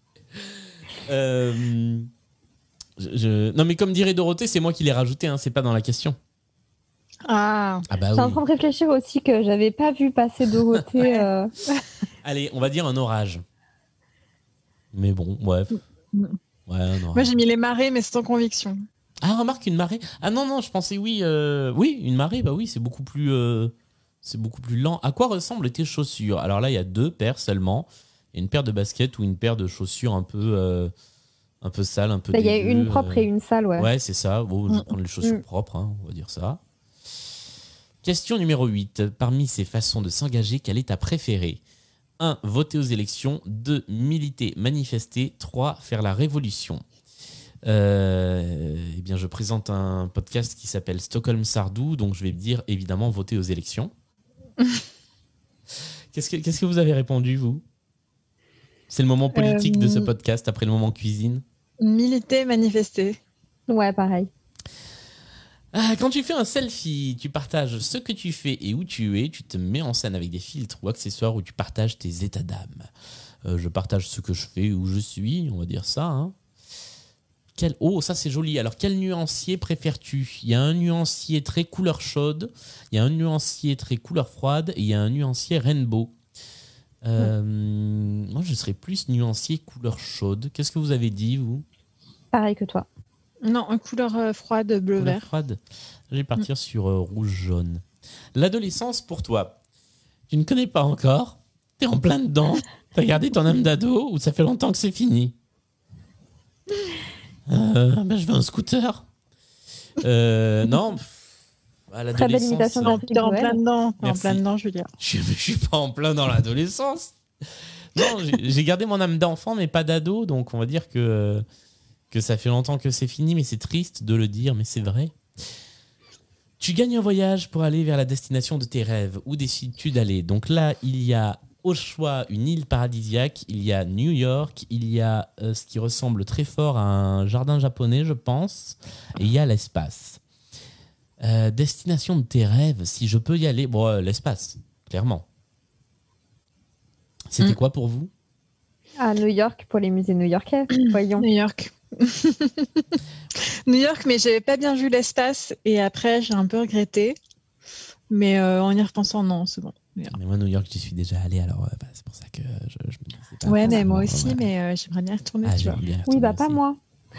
Euh, je, je... Non, mais comme dirait Dorothée, c'est moi qui l'ai rajouté, hein, c'est pas dans la question. Ah, ah bah je suis oui. en train de réfléchir aussi que j'avais pas vu passer Dorothée. euh... Allez, on va dire un orage. Mais bon, ouais. ouais non. Moi, j'ai mis les marées, mais c'est sans conviction. Ah, remarque, une marée. Ah non, non, je pensais oui. Euh... Oui, une marée, bah oui, c'est beaucoup plus, euh... c'est beaucoup plus lent. À quoi ressemblent tes chaussures? Alors là, il y a deux paires seulement. Il y a une paire de baskets ou une paire de chaussures un peu, euh... un peu sales, un peu bah, dégueu. Il y a une propre euh... et une sale, ouais. Ouais, c'est ça. Bon, je vais mm. prendre les chaussures mm. propres, hein, on va dire ça. Question numéro huit. Parmi ces façons de s'engager, quelle est ta préférée? un. Voter aux élections. deux. Militer, manifester. trois. Faire la révolution. Euh, eh bien, je présente un podcast qui s'appelle Stockholm Sardou, donc je vais me dire évidemment voter aux élections. Qu'est-ce que, qu'est-ce que vous avez répondu, vous ? C'est le moment politique euh, de ce podcast, après le moment cuisine. Militer, manifester. Ouais, pareil. Ah, quand tu fais un selfie, tu partages ce que tu fais et où tu es, tu te mets en scène avec des filtres ou accessoires où tu partages tes états d'âme. Euh, je partage ce que je fais, où je suis, on va dire ça. Hein. Quel... Oh, ça c'est joli. Alors, quel nuancier préfères-tu ? Il y a un nuancier très couleur chaude, il y a un nuancier très couleur froide et il y a un nuancier rainbow. Euh, ouais. Moi, je serais plus nuancier couleur chaude. Qu'est-ce que vous avez dit, vous ? Pareil que toi. Non, une couleur euh, froide, bleu-vert. Froide. Je vais partir mmh. sur euh, rouge-jaune. L'adolescence pour toi, tu ne connais pas encore ? T'es en plein dedans ? T'as gardé ton âme d'ado ou ça fait longtemps que c'est fini ? euh, ben, Je veux un scooter. Euh, non. À l'adolescence. Très belle imitation de T'es en plein dedans, t'es en plein dedans, Julia. Je ne suis pas en plein dans l'adolescence. Non, j'ai, j'ai gardé mon âme d'enfant, mais pas d'ado, donc on va dire que, que ça fait longtemps que c'est fini, mais c'est triste de le dire, mais c'est vrai. Tu gagnes un voyage pour aller vers la destination de tes rêves. Où décides-tu d'aller ? Donc là, il y a au choix une île paradisiaque, il y a New York, il y a euh, ce qui ressemble très fort à un jardin japonais, je pense, et il y a l'espace. Euh, destination de tes rêves, si je peux y aller, bon, euh, l'espace, clairement. C'était mmh. quoi pour vous ? À New York, pour les musées new-yorkais, voyons. New York. New York, mais j'avais pas bien vu l'espace et après j'ai un peu regretté. Mais euh, en y repensant, non, c'est bon. Mais moi, New York, j'y suis déjà allé, alors euh, bah, c'est pour ça que je, je me disais pas. Ouais, mais moi aussi, ouais. mais euh, j'aimerais bien retourner. Ah, tu vois. Bien oui, bah aussi. pas moi.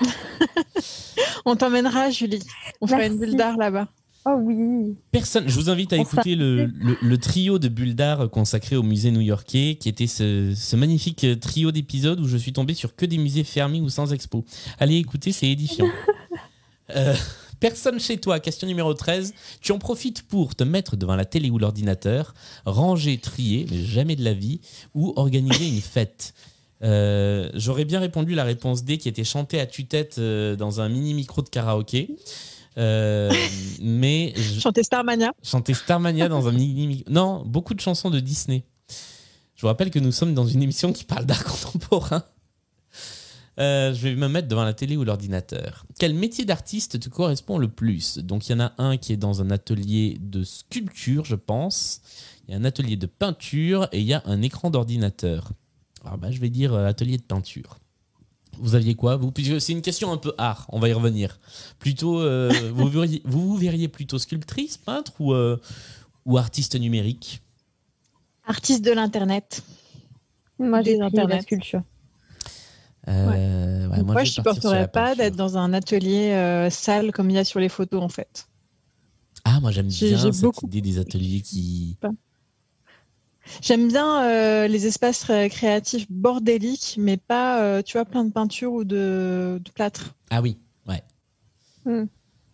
On t'emmènera, Julie. On fera une bulle d'art là-bas. Oh oui. Personne. Je vous invite à écouter le, le, le trio de bulles d'art consacré au musée new-yorkais, qui était ce, ce magnifique trio d'épisodes où je suis tombé sur que des musées fermés ou sans expo. Allez écouter, c'est édifiant. euh, personne chez toi, question numéro treize. Tu en profites pour te mettre devant la télé ou l'ordinateur, ranger, trier, mais jamais de la vie, ou organiser une fête. Euh, j'aurais bien répondu la réponse D qui était chantée à tue-tête euh, dans un mini micro de karaoké. Euh, mais je... chanter Starmania chanter Starmania dans un mini non beaucoup de chansons de Disney. Je vous rappelle que nous sommes dans une émission qui parle d'art contemporain. Euh, je vais me mettre devant la télé ou l'ordinateur. Quel métier d'artiste te correspond le plus ? Donc il y en a un qui est dans un atelier de sculpture, je pense. Il y a un atelier de peinture et il y a un écran d'ordinateur. Alors bah, je vais dire euh, atelier de peinture. Vous aviez quoi, vous ? Puisque c'est une question un peu art, on va y revenir. Plutôt, euh, vous, verriez, vous vous verriez plutôt sculptrice, peintre ou, euh, ou artiste numérique ? Artiste de l'internet. Moi, j'ai pris la sculpture. Euh, ouais. Ouais, moi, moi je ne supporterais pas d'être dans un atelier euh, sale comme il y a sur les photos, en fait. Ah, moi, j'aime j'ai, bien j'ai cette beaucoup... idée des ateliers qui... Pas. J'aime bien euh, les espaces créatifs bordéliques, mais pas, euh, tu vois, plein de peinture ou de, de plâtre. Ah oui, ouais. Mm.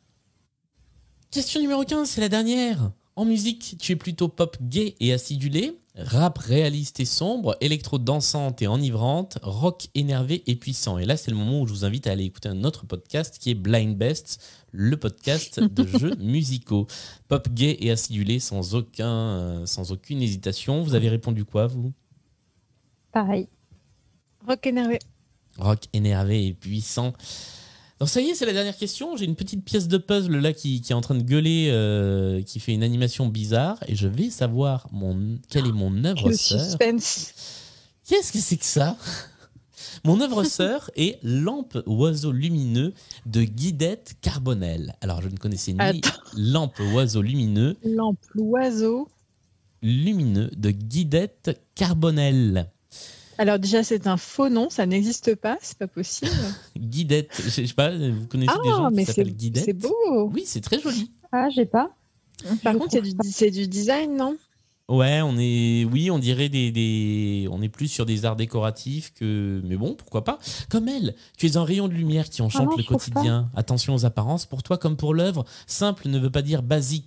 Question numéro quinze, c'est la dernière. En musique, tu es plutôt pop gay et acidulé, rap réaliste et sombre, électro dansante et enivrante, rock énervé et puissant. Et là, c'est le moment où je vous invite à aller écouter un autre podcast qui est Blind Best, le podcast de jeux musicaux. Pop gay et acidulé sans, aucun, euh, sans aucune hésitation. Vous avez répondu quoi, vous ? Pareil. Rock énervé. Rock énervé et puissant. Donc ça y est, c'est la dernière question. J'ai une petite pièce de puzzle là qui, qui est en train de gueuler, euh, qui fait une animation bizarre, et je vais savoir mon, quelle est mon œuvre Le sœur. Suspense. Qu'est-ce que c'est que ça ? Mon œuvre sœur est Lampe oiseau lumineux de Guidette Carbonel. Alors je ne connaissais ni Attends. Lampe oiseau lumineux. Lampe oiseau lumineux de Guidette Carbonel. Alors déjà, c'est un faux nom, ça n'existe pas, c'est pas possible. Guidette, je sais pas, vous connaissez ah, des gens mais qui s'appellent Guidette ? C'est beau. Oui, c'est très joli. Ah, j'ai pas. Par je contre, c'est du, c'est du design, non ? Ouais, on est, oui, on dirait des, des, on est plus sur des arts décoratifs que, mais bon, pourquoi pas. Comme elle, tu es un rayon de lumière qui enchante ah non, le quotidien. Attention aux apparences. Pour toi, comme pour l'œuvre, simple ne veut pas dire basique.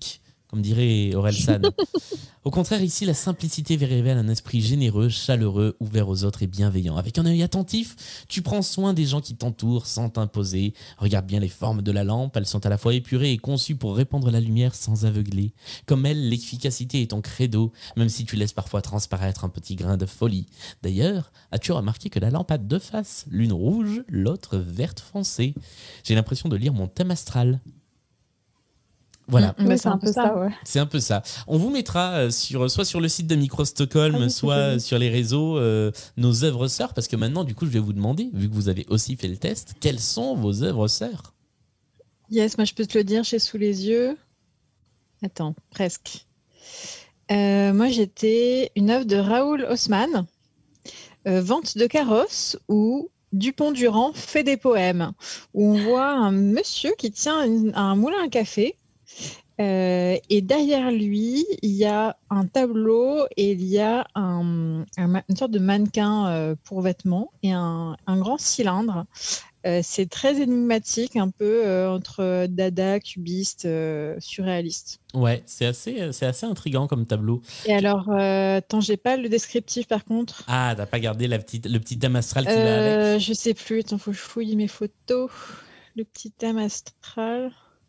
comme dirait Orelsan. Au contraire, ici, la simplicité révèle un esprit généreux, chaleureux, ouvert aux autres et bienveillant. Avec un œil attentif, tu prends soin des gens qui t'entourent sans t'imposer. Regarde bien les formes de la lampe, elles sont à la fois épurées et conçues pour répandre la lumière sans aveugler. Comme elle, l'efficacité est ton credo, même si tu laisses parfois transparaître un petit grain de folie. D'ailleurs, as-tu remarqué que la lampe a deux faces, l'une rouge, l'autre verte foncée? J'ai l'impression de lire mon thème astral. Voilà, mmh, oui, c'est un peu ça. ça ouais. C'est un peu ça. On vous mettra sur, soit sur le site de Micro Stockholm, ah, soit sur les réseaux euh, nos œuvres sœurs, parce que maintenant, du coup, je vais vous demander, vu que vous avez aussi fait le test, quelles sont vos œuvres sœurs? Yes, moi je peux te le dire, j'ai sous les yeux. Attends, presque. Euh, moi, j'étais une œuvre de Raoul Haussmann, euh, Vente de carrosses, où Dupont-Durand fait des poèmes, où on voit un monsieur qui tient une, un moulin à café. Euh, et derrière lui, il y a un tableau et il y a un, un, une sorte de mannequin euh, pour vêtements et un, un grand cylindre. Euh, c'est très énigmatique, un peu euh, entre dada, cubiste, euh, surréaliste. Ouais, c'est assez, c'est assez intriguant comme tableau. Et alors, euh, attends, j'ai pas le descriptif par contre. Ah, t'as pas gardé la petite, le petit thème astral qui euh, va avec? Je sais plus, attends, faut que je fouille mes photos. Le petit thème astral.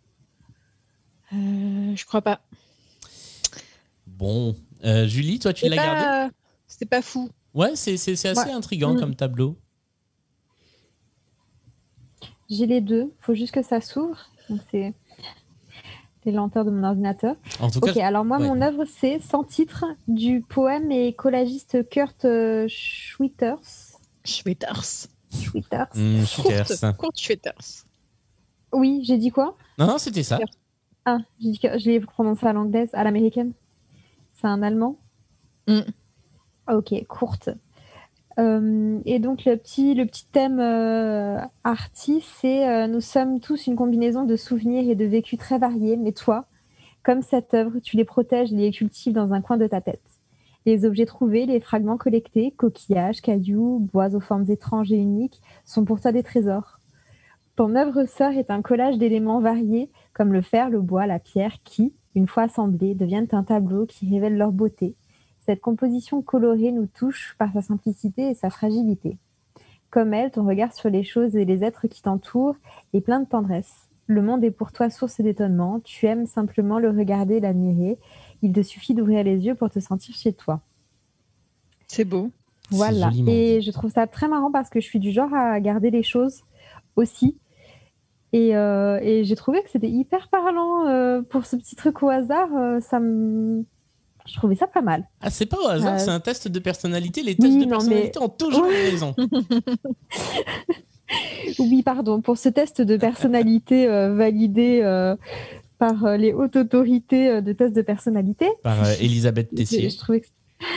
Euh, je crois pas. Bon, euh, Julie, toi, tu c'est l'as pas... gardé? C'est pas fou. Ouais, c'est, c'est, c'est assez ouais. intriguant mmh. comme tableau. J'ai les deux. Faut juste que ça s'ouvre. Donc c'est les lenteurs de mon ordinateur. En tout ok, cas, alors moi, ouais. mon œuvre, c'est Sans titre du poème et collagiste Kurt euh, Schwitters. Schwitters. Schwitters. Mmh, Schwitters. Kurt Schwitters. Oui, j'ai dit quoi? Non, non, c'était ça. Ah, j'ai dit que je l'ai prononcé à l'anglaise, à l'américaine. C'est un allemand. Mm. Ok, courte. Euh, et donc le petit, le petit thème euh, arty, c'est euh, nous sommes tous une combinaison de souvenirs et de vécus très variés, mais toi, comme cette œuvre, tu les protèges et les cultives dans un coin de ta tête. Les objets trouvés, les fragments collectés, coquillages, cailloux, bois aux formes étranges et uniques, sont pour toi des trésors. Ton œuvre sœur est un collage d'éléments variés, comme le fer, le bois, la pierre, qui, une fois assemblés, deviennent un tableau qui révèle leur beauté. Cette composition colorée nous touche par sa simplicité et sa fragilité. Comme elle, ton regard sur les choses et les êtres qui t'entourent est plein de tendresse. Le monde est pour toi source d'étonnement. Tu aimes simplement le regarder et l'admirer. Il te suffit d'ouvrir les yeux pour te sentir chez toi. C'est beau. Voilà. C'est et je trouve ça très marrant parce que je suis du genre à garder les choses aussi. Et, euh, et j'ai trouvé que c'était hyper parlant euh, pour ce petit truc au hasard. Euh, ça me... Je trouvais ça pas mal. Ah, c'est pas au hasard, euh... c'est un test de personnalité. Les tests oui, de non, personnalité mais... ont toujours raison. Oui, pardon. Pour ce test de personnalité euh, validé euh, par euh, les hautes autorités euh, de test de personnalité. Par euh, Elisabeth Tessier. Je trouvais que,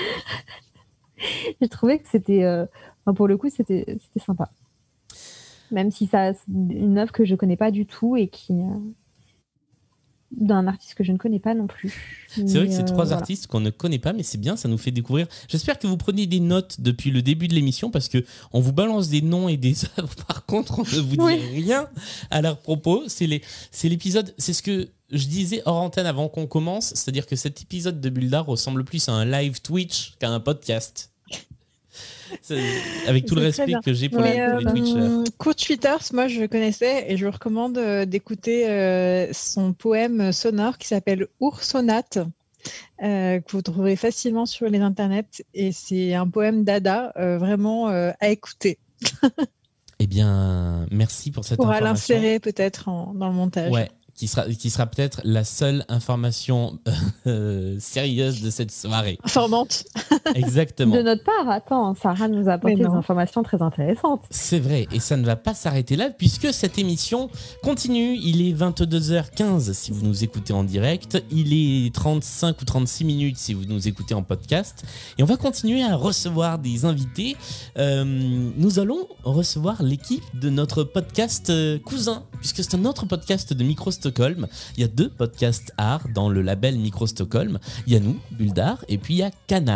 je trouvais que c'était... Euh... Enfin, pour le coup, c'était, c'était sympa. Même si ça, c'est une œuvre que je connais pas du tout et qui... Euh... d'un artiste que je ne connais pas non plus. C'est mais vrai que c'est euh, trois voilà. artistes qu'on ne connaît pas, mais c'est bien, ça nous fait découvrir. J'espère que vous prenez des notes depuis le début de l'émission parce que on vous balance des noms et des œuvres. Par contre, on ne vous dit oui. rien à leur propos. C'est, les, c'est l'épisode, c'est ce que je disais hors antenne avant qu'on commence, c'est-à-dire que cet épisode de Bulldar ressemble plus à un live Twitch qu'à un podcast. C'est, avec tout c'est le respect que j'ai pour, ouais, les, pour les euh, Twitchers. Kurt Schwitters, moi je connaissais et je vous recommande euh, d'écouter euh, son poème sonore qui s'appelle Oursonate, euh, que vous trouverez facilement sur les internets. Et c'est un poème dada, euh, vraiment euh, à écouter. Eh bien, merci pour cette On pourra information. l'insérer peut-être en, dans le montage. Ouais. Qui sera, qui sera peut-être la seule information euh, sérieuse de cette soirée. Informante. Exactement. De notre part, attends, Sarah nous a apporté des informations très intéressantes. C'est vrai, et ça ne va pas s'arrêter là, puisque cette émission continue. Il est vingt-deux heures quinze si vous nous écoutez en direct. Il est trente-cinq ou trente-six minutes si vous nous écoutez en podcast. Et on va continuer à recevoir des invités. Euh, nous allons recevoir l'équipe de notre podcast euh, cousin, puisque c'est un autre podcast de Micro Stockholm. Il y a deux podcasts art dans le label Micro Stockholm. Il y a nous, Bulldar, et puis il y a Canard.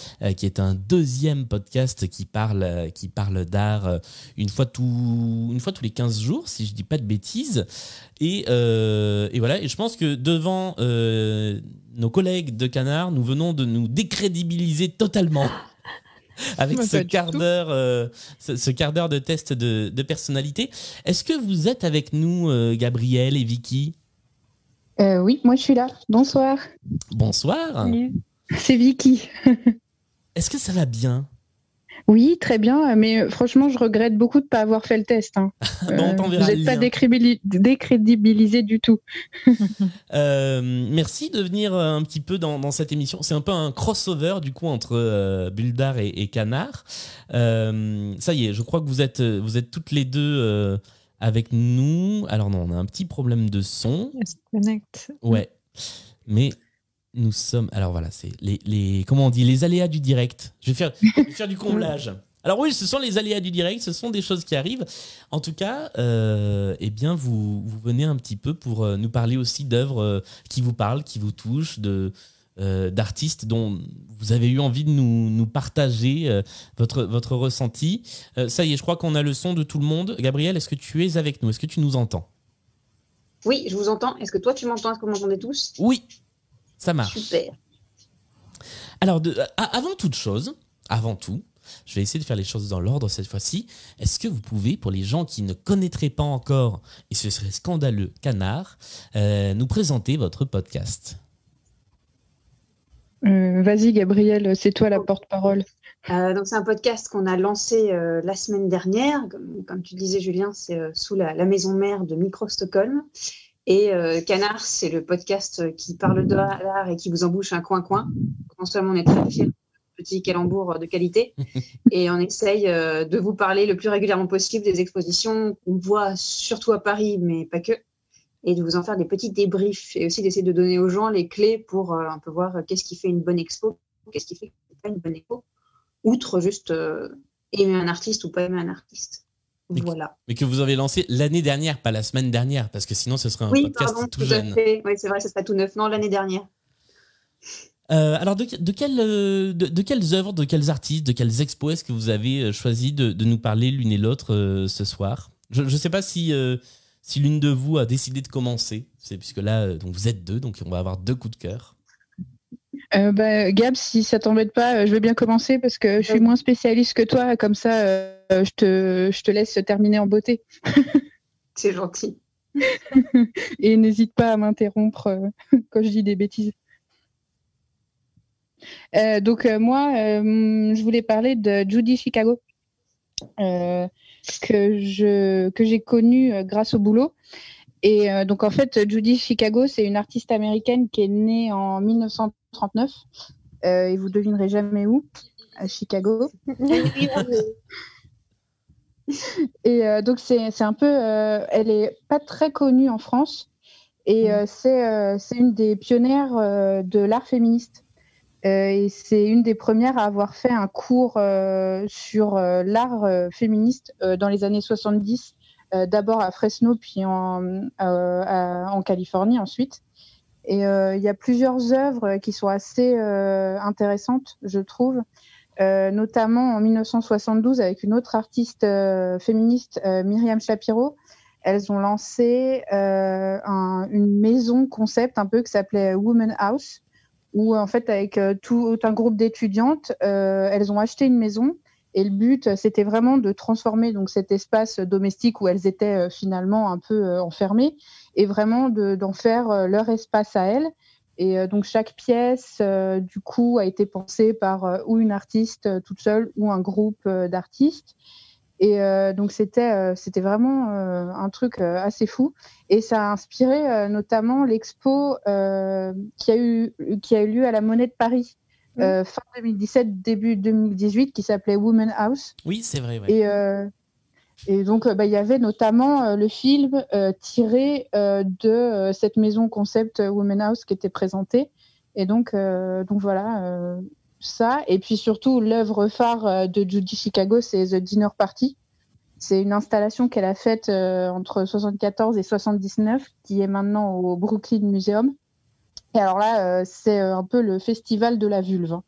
euh, qui est un deuxième podcast qui parle, euh, qui parle d'art euh, une fois tout, une fois tous les quinze jours, si je dis pas de bêtises. Et, euh, et voilà. Et je pense que devant euh, nos collègues de Canard, nous venons de nous décrédibiliser totalement. Avec ce quart d'heure, euh, ce, ce quart d'heure de test de, de personnalité. Est-ce que vous êtes avec nous, euh, Gabriel et Vicky ? euh, Oui, moi je suis là. Bonsoir. Bonsoir. Salut. C'est Vicky. Est-ce que ça va bien ? Oui, très bien, mais franchement, je regrette beaucoup de ne pas avoir fait le test. Hein. Bon, on t'enverra vous le n'êtes pas lien. décrédibili- décrédibilisé du tout. Euh, merci de venir un petit peu dans, dans cette émission. C'est un peu un crossover du coup entre euh, Bulldar et, et Canard. Euh, ça y est, je crois que vous êtes, vous êtes toutes les deux euh, avec nous. Alors non, on a un petit problème de son. Elle se connecte. Ouais, mais nous sommes. Alors voilà, c'est les, les comment on dit les aléas du direct. Je vais faire, je vais faire du comblage. Alors oui, ce sont les aléas du direct, ce sont des choses qui arrivent. En tout cas, euh, eh bien, vous, vous venez un petit peu pour euh, nous parler aussi d'œuvres euh, qui vous parlent, qui vous touchent, de, euh, d'artistes dont vous avez eu envie de nous, nous partager euh, votre, votre ressenti. Euh, ça y est, je crois qu'on a le son de tout le monde. Gabriel, est-ce que tu es avec nous ? Est-ce que tu nous entends ? Oui, je vous entends. Est-ce que toi, tu m'entends ? Est-ce que vous m'entendez tous ? Oui, ça marche. Super. Alors, de, à- avant toute chose, avant tout, je vais essayer de faire les choses dans l'ordre cette fois-ci. Est-ce que vous pouvez, pour les gens qui ne connaîtraient pas encore, et ce serait scandaleux, Canard, euh, nous présenter votre podcast ? Euh, vas-y, Gabriel, c'est toi la porte-parole. Euh, donc, c'est un podcast qu'on a lancé euh, la semaine dernière. Comme, comme tu disais, Julien, c'est euh, sous la, la maison mère de Micro Stockholm. Et euh, Canard, c'est le podcast qui parle de l'art et qui vous embouche un coin-coin. Non seulement on est très fiers de ce petit calembour de qualité, et on essaye euh, de vous parler le plus régulièrement possible des expositions qu'on voit surtout à Paris, mais pas que, et de vous en faire des petits débriefs, et aussi d'essayer de donner aux gens les clés pour euh, un peu voir euh, qu'est-ce qui fait une bonne expo, qu'est-ce qui fait pas une bonne expo, outre juste euh, aimer un artiste ou pas aimer un artiste. Mais Voilà. Mais que vous avez lancé l'année dernière, pas la semaine dernière, parce que sinon ce serait un Oui, podcast pardon, tout tout à jeune. fait. Oui, c'est vrai, ça serait tout neuf. Non, l'année dernière. Euh, alors, de, de, quelle, euh, de, de quelles œuvres, de quels artistes, de quelles expos est-ce que vous avez euh, choisi de, de nous parler l'une et l'autre euh, ce soir ? Je ne sais pas si, euh, si l'une de vous a décidé de commencer, c'est, puisque là, euh, donc vous êtes deux, donc on va avoir deux coups de cœur. Euh, bah, Gab, si ça t'embête pas, je veux bien commencer parce que je suis moins spécialiste que toi, comme ça euh, je, te, je te laisse terminer en beauté. C'est gentil. Et n'hésite pas à m'interrompre euh, quand je dis des bêtises. Euh, donc euh, moi, euh, je voulais parler de Judy Chicago, euh, que, je, que j'ai connue euh, grâce au boulot. Et euh, donc en fait, Judy Chicago, c'est une artiste américaine qui est née en mille neuf cent trente-neuf, euh, et vous devinerez jamais où, à Chicago. Et euh, donc c'est, c'est un peu, euh, elle est pas très connue en France, et euh, c'est, euh, c'est une des pionnières euh, de l'art féministe. Euh, et c'est une des premières à avoir fait un cours euh, sur euh, l'art euh, féministe euh, dans les années soixante-dix, euh, d'abord à Fresno, puis en, euh, à, en Californie ensuite. Et euh, il y a plusieurs œuvres qui sont assez euh, intéressantes, je trouve, euh, notamment en mille neuf cent soixante-douze avec une autre artiste euh, féministe, euh, Myriam Shapiro. Elles ont lancé euh, un, une maison concept un peu qui s'appelait Woman House, où en fait avec euh, tout un groupe d'étudiantes, euh, elles ont acheté une maison, et le but c'était vraiment de transformer donc cet espace domestique où elles étaient euh, finalement un peu euh, enfermées, et vraiment de, d'en faire euh, leur espace à elles. Et euh, donc chaque pièce euh, du coup a été pensée par euh, ou une artiste euh, toute seule ou un groupe euh, d'artistes. Et euh, donc c'était euh, c'était vraiment euh, un truc euh, assez fou, et ça a inspiré euh, notamment l'expo euh, qui a eu qui a eu lieu à la Monnaie de Paris euh, mmh. fin deux mille dix-sept début deux mille dix-huit, qui s'appelait Woman House. Oui, c'est vrai. Ouais. Et euh, et donc bah il y avait notamment euh, le film euh, tiré euh, de euh, cette maison concept euh, Woman House qui était présentée. Et donc euh, donc voilà. Euh, Ça, et puis surtout l'œuvre phare de Judy Chicago, c'est The Dinner Party. C'est une installation qu'elle a faite euh, entre soixante-quatorze et soixante-dix-neuf, qui est maintenant au Brooklyn Museum. Et alors là, euh, c'est un peu le festival de la vulve.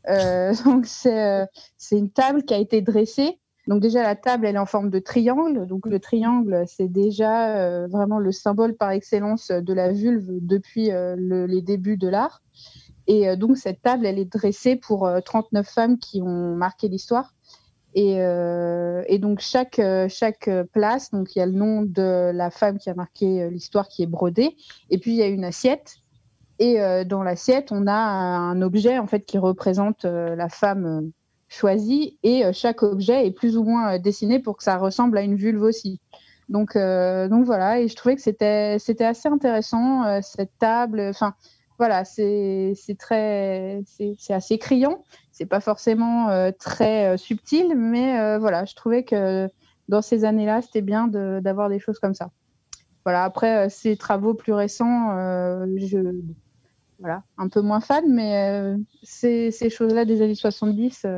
Euh, donc c'est, euh, c'est une table qui a été dressée. Donc déjà la table elle est en forme de triangle. Donc le triangle c'est déjà euh, vraiment le symbole par excellence de la vulve depuis euh, le, les débuts de l'art. Et euh, donc cette table elle est dressée pour euh, trente-neuf femmes qui ont marqué l'histoire. Et, euh, et donc chaque euh, chaque place, donc il y a le nom de la femme qui a marqué l'histoire qui est brodée. Et puis il y a une assiette. Et euh, dans l'assiette, on a un objet en fait qui représente euh, la femme euh, choisie, et euh, chaque objet est plus ou moins euh, dessiné pour que ça ressemble à une vulve aussi. Donc, euh, donc voilà, et je trouvais que c'était c'était assez intéressant euh, cette table. Enfin, voilà, c'est c'est très c'est, c'est assez criant. C'est pas forcément euh, très euh, subtil, mais euh, voilà, je trouvais que dans ces années-là, c'était bien de, d'avoir des choses comme ça. Voilà, après euh, ces travaux plus récents, euh, je Voilà, un peu moins fan, mais euh, ces, ces choses-là des années soixante-dix, euh,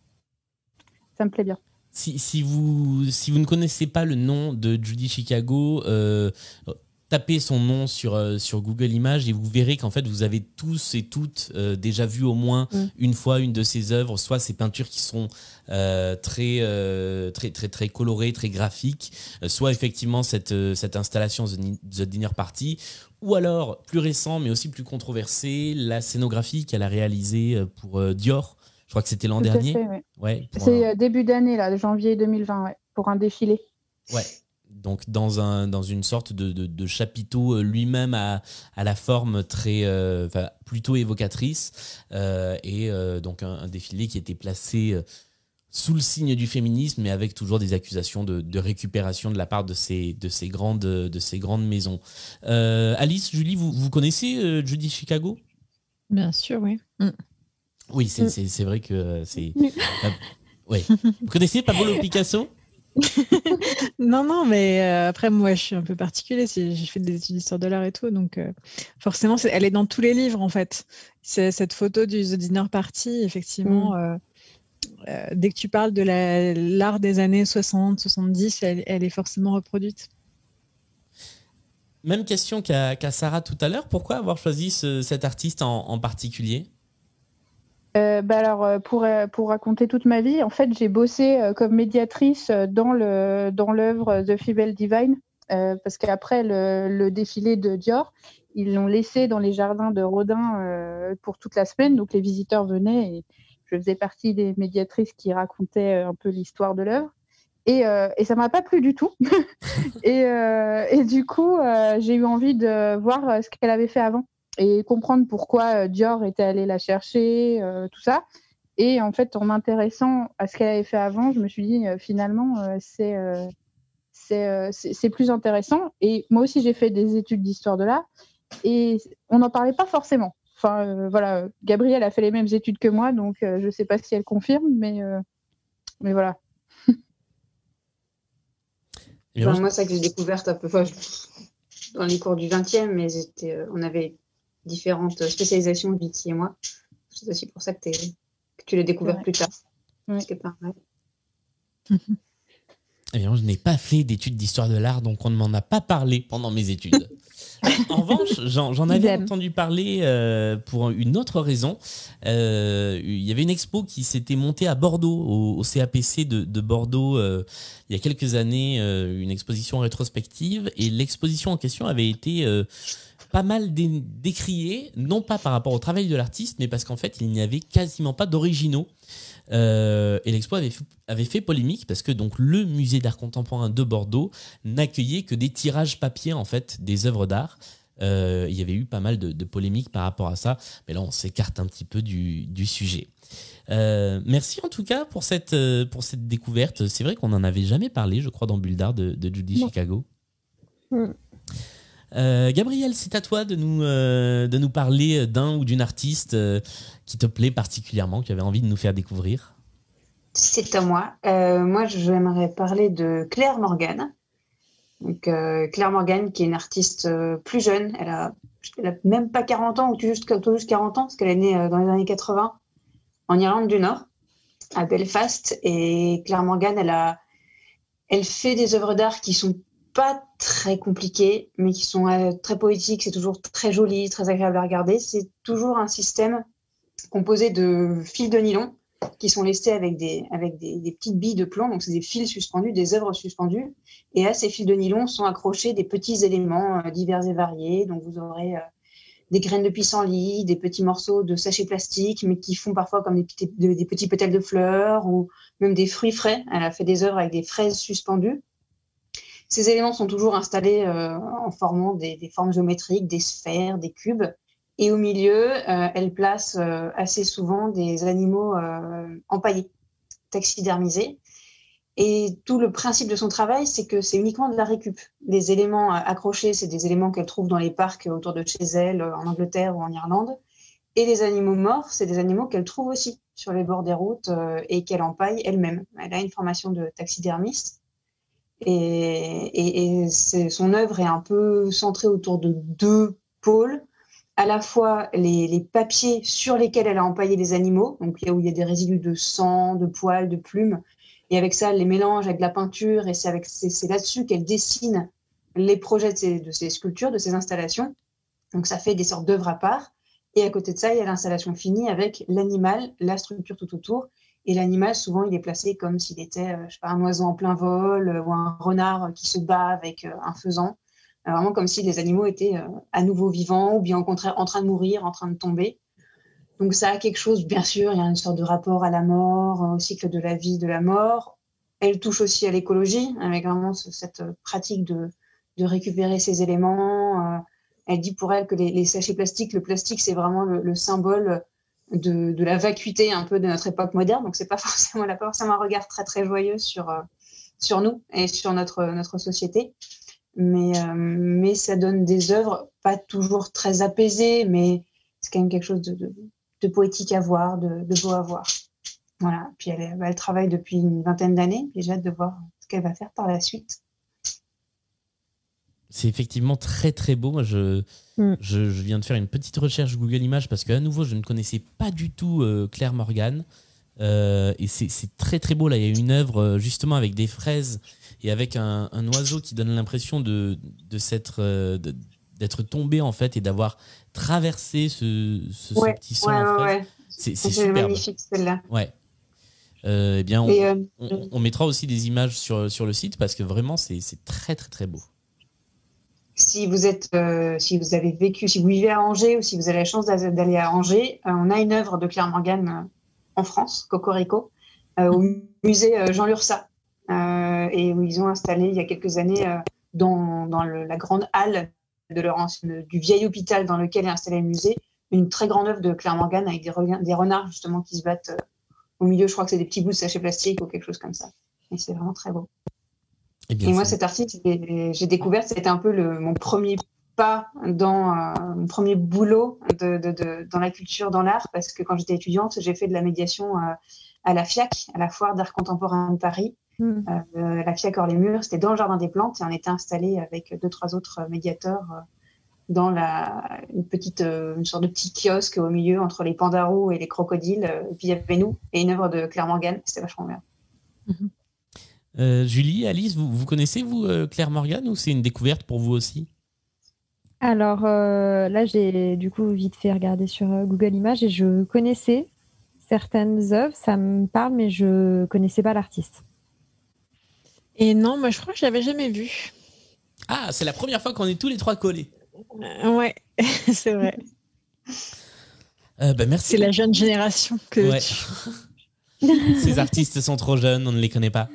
ça me plaît bien. Si, si, vous, si vous ne connaissez pas le nom de Judy Chicago, euh, tapez son nom sur, euh, sur Google Images et vous verrez qu'en fait, vous avez tous et toutes euh, déjà vu au moins mm. une fois une de ses œuvres, soit ses peintures qui sont euh, très, euh, très, très, très colorées, très graphiques, euh, soit effectivement cette, euh, cette installation The, The Dinner Party, ou alors, plus récent, mais aussi plus controversé, la scénographie qu'elle a réalisée pour euh, Dior. Je crois que c'était l'an Tout dernier. Fait, ouais. Ouais, c'est un... début d'année, là, janvier deux mille vingt, ouais, pour un défilé. Ouais. Donc dans un dans une sorte de de, de chapiteau lui-même à à la forme très euh, enfin plutôt évocatrice euh, et euh, donc un, un défilé qui était placé euh, sous le signe du féminisme, mais avec toujours des accusations de, de récupération de la part de ces de ces grandes de ces grandes maisons. Euh, Alice, Julie, vous vous connaissez euh, Judy Chicago ? Bien sûr, oui. Mm. Oui, c'est, c'est, c'est vrai que c'est... euh, ouais. Vous connaissez Pablo Picasso ? Non, non, mais euh, après, moi, je suis un peu particulier. C'est, j'ai fait des études d'histoire de l'art et tout, donc euh, forcément, c'est, elle est dans tous les livres, en fait. C'est cette photo du The Dinner Party, effectivement. Mm. Euh, euh, dès que tu parles de la, l'art des années soixante, soixante-dix, elle, elle est forcément reproduite. Même question qu'à, qu'à Sarah tout à l'heure. Pourquoi avoir choisi ce, cet artiste en, en particulier ? Euh, bah alors pour pour raconter toute ma vie, en fait j'ai bossé euh, comme médiatrice dans le dans l'œuvre The Feeble Divine euh, parce qu'après le, le défilé de Dior, ils l'ont laissé dans les jardins de Rodin euh, pour toute la semaine, donc les visiteurs venaient et je faisais partie des médiatrices qui racontaient un peu l'histoire de l'œuvre et euh, et ça m'a pas plu du tout et euh, et du coup euh, j'ai eu envie de voir ce qu'elle avait fait avant et comprendre pourquoi Dior était allé la chercher, euh, tout ça. Et en fait, en m'intéressant à ce qu'elle avait fait avant, je me suis dit, euh, finalement, euh, c'est, euh, c'est, euh, c'est, c'est plus intéressant. Et moi aussi, j'ai fait des études d'histoire de l'art et on n'en parlait pas forcément. Enfin, euh, voilà, Gabrielle a fait les mêmes études que moi, donc euh, je ne sais pas si elle confirme, mais, euh, mais voilà. Enfin, moi, c'est que j'ai découvert un peu enfin, dans les cours du vingtième, mais j'étais, euh, on avait différentes spécialisations, Vicky et moi. C'est aussi pour ça que, que tu l'as découvert ouais. plus tard. Ouais. C'est pas mal. Eh bien, je n'ai pas fait d'études d'histoire de l'art, donc on ne m'en a pas parlé pendant mes études. En revanche, j'en, j'en avais J'aime. entendu parler euh, pour une autre raison. Euh, il y avait une expo qui s'était montée à Bordeaux, au, au C A P C de, de Bordeaux, euh, il y a quelques années, euh, une exposition rétrospective, et l'exposition en question avait été... Euh, pas mal dé- décrié, non pas par rapport au travail de l'artiste, mais parce qu'en fait, il n'y avait quasiment pas d'originaux. Euh, et l'expo avait, f- avait fait polémique parce que donc le musée d'art contemporain de Bordeaux n'accueillait que des tirages papier en fait des œuvres d'art. Euh, il y avait eu pas mal de, de polémiques par rapport à ça, mais là on s'écarte un petit peu du, du sujet. Euh, merci en tout cas pour cette, euh, pour cette découverte. C'est vrai qu'on n'en avait jamais parlé, je crois, dans Bulle d'art de, de Judy Chicago. Mm. Euh, Gabrielle, c'est à toi de nous, euh, de nous parler d'un ou d'une artiste euh, qui te plaît particulièrement, que tu avais envie de nous faire découvrir. C'est à moi. Euh, moi, j'aimerais parler de Claire Morgan. Donc, euh, Claire Morgan, qui est une artiste euh, plus jeune. Elle a, elle a même pas quarante ans, ou tout juste, tout juste quarante ans, parce qu'elle est née euh, dans les années quatre-vingts, en Irlande du Nord, à Belfast. Et Claire Morgan, elle, a, elle fait des œuvres d'art qui sont pas très compliquées, mais qui sont euh, très poétiques. C'est toujours très joli, très agréable à regarder. C'est toujours un système composés de fils de nylon qui sont lestés avec des, avec des, des petites billes de plomb. Donc, c'est des fils suspendus, des œuvres suspendues. Et à ces fils de nylon sont accrochés des petits éléments euh, divers et variés. Donc, vous aurez euh, des graines de pissenlit, des petits morceaux de sachets plastiques, mais qui font parfois comme des petits, de, des petits pétales de fleurs ou même des fruits frais. Elle a fait des œuvres avec des fraises suspendues. Ces éléments sont toujours installés euh, en formant des, des formes géométriques, des sphères, des cubes. Et au milieu, euh, elle place euh, assez souvent des animaux euh, empaillés, taxidermisés. Et tout le principe de son travail, c'est que c'est uniquement de la récup. Les éléments accrochés, c'est des éléments qu'elle trouve dans les parcs autour de chez elle, en Angleterre ou en Irlande. Et les animaux morts, c'est des animaux qu'elle trouve aussi sur les bords des routes euh, et qu'elle empaille elle-même. Elle a une formation de taxidermiste. Et, et, et c'est, son œuvre est un peu centrée autour de deux pôles. À la fois les, les papiers sur lesquels elle a empaillé les animaux, donc là où il y a des résidus de sang, de poils, de plumes. Et avec ça, elle les mélange avec de la peinture. Et c'est, avec, c'est, c'est là-dessus qu'elle dessine les projets de ses, de ses sculptures, de ses installations. Donc ça fait des sortes d'œuvres à part. Et à côté de ça, il y a l'installation finie avec l'animal, la structure tout autour. Et l'animal, souvent, il est placé comme s'il était, euh, je sais pas, un oiseau en plein vol euh, ou un renard qui se bat avec euh, un faisan. Euh, vraiment comme si les animaux étaient euh, à nouveau vivants ou bien au contraire en train de mourir, en train de tomber. Donc ça a quelque chose, bien sûr, il y a une sorte de rapport à la mort, euh, au cycle de la vie, de la mort. Elle touche aussi à l'écologie, avec vraiment ce, cette pratique de, de récupérer ces éléments. Euh, elle dit pour elle que les, les sachets plastiques, le plastique, c'est vraiment le, le symbole de, de la vacuité un peu de notre époque moderne. Donc, c'est pas forcément, elle a pas forcément un regard très, très joyeux sur, euh, sur nous et sur notre, notre société. Mais, euh, mais ça donne des œuvres pas toujours très apaisées, mais c'est quand même quelque chose de, de, de poétique à voir, de, de beau à voir. Voilà. Puis elle, elle travaille depuis une vingtaine d'années et j'ai hâte de voir ce qu'elle va faire par la suite. C'est effectivement très très beau. Moi, je, mm. je, je viens de faire une petite recherche Google Images parce qu'à nouveau, je ne connaissais pas du tout euh, Claire Morgan. Euh, et c'est, c'est très très beau. Là, il y a une œuvre justement avec des fraises et avec un, un oiseau qui donne l'impression de, de s'être, euh, de, d'être tombé en fait et d'avoir traversé ce, ce, ouais, ce petit sol ouais, en fraise. Ouais. C'est, c'est, c'est superbe. Magnifique celle-là. Ouais. Euh, eh bien, on, et euh, on, on mettra aussi des images sur, sur le site parce que vraiment, c'est, c'est très très très beau. Si vous êtes, euh, si vous avez vécu, si vous vivez à Angers ou si vous avez la chance d'aller à Angers, euh, on a une œuvre de Claire Morgan euh, en France, Cocorico, euh, au musée euh, Jean Lursa, euh, et où ils ont installé il y a quelques années euh, dans, dans le, la grande halle de leur ancienne, du vieil hôpital dans lequel est installé le musée, une très grande œuvre de Claire Morgan avec des, re- des renards justement qui se battent euh, au milieu. Je crois que c'est des petits bouts de sachets plastiques ou quelque chose comme ça. Et c'est vraiment très beau. Et, et moi, cet article, j'ai, j'ai découvert, c'était un peu le, mon premier pas dans euh, mon premier boulot de, de, de, dans la culture, dans l'art, parce que quand j'étais étudiante, j'ai fait de la médiation euh, à la FIAC, à la Foire d'art contemporain de Paris. Mmh. Euh, la FIAC Hors-les-Murs, c'était dans le jardin des plantes et on était installés avec deux, trois autres médiateurs euh, dans la, une petite, euh, une sorte de petit kiosque au milieu entre les pandarous et les crocodiles. Et puis il y avait nous et une œuvre de Claire Morgan, c'était vachement bien. Mmh. Euh, Julie, Alice, vous, vous connaissez, vous, euh, Claire Morgan, ou c'est une découverte pour vous aussi ? Alors euh, là, j'ai du coup vite fait regarder sur euh, Google Images et je connaissais certaines œuvres, ça me parle, mais je connaissais pas l'artiste. Et non, moi je crois que je l'avais jamais vue. Ah, c'est la première fois qu'on est tous les trois collés. Euh, ouais, c'est vrai. Euh, bah, merci. C'est la jeune génération que ouais. tu... Ces artistes sont trop jeunes, on ne les connaît pas.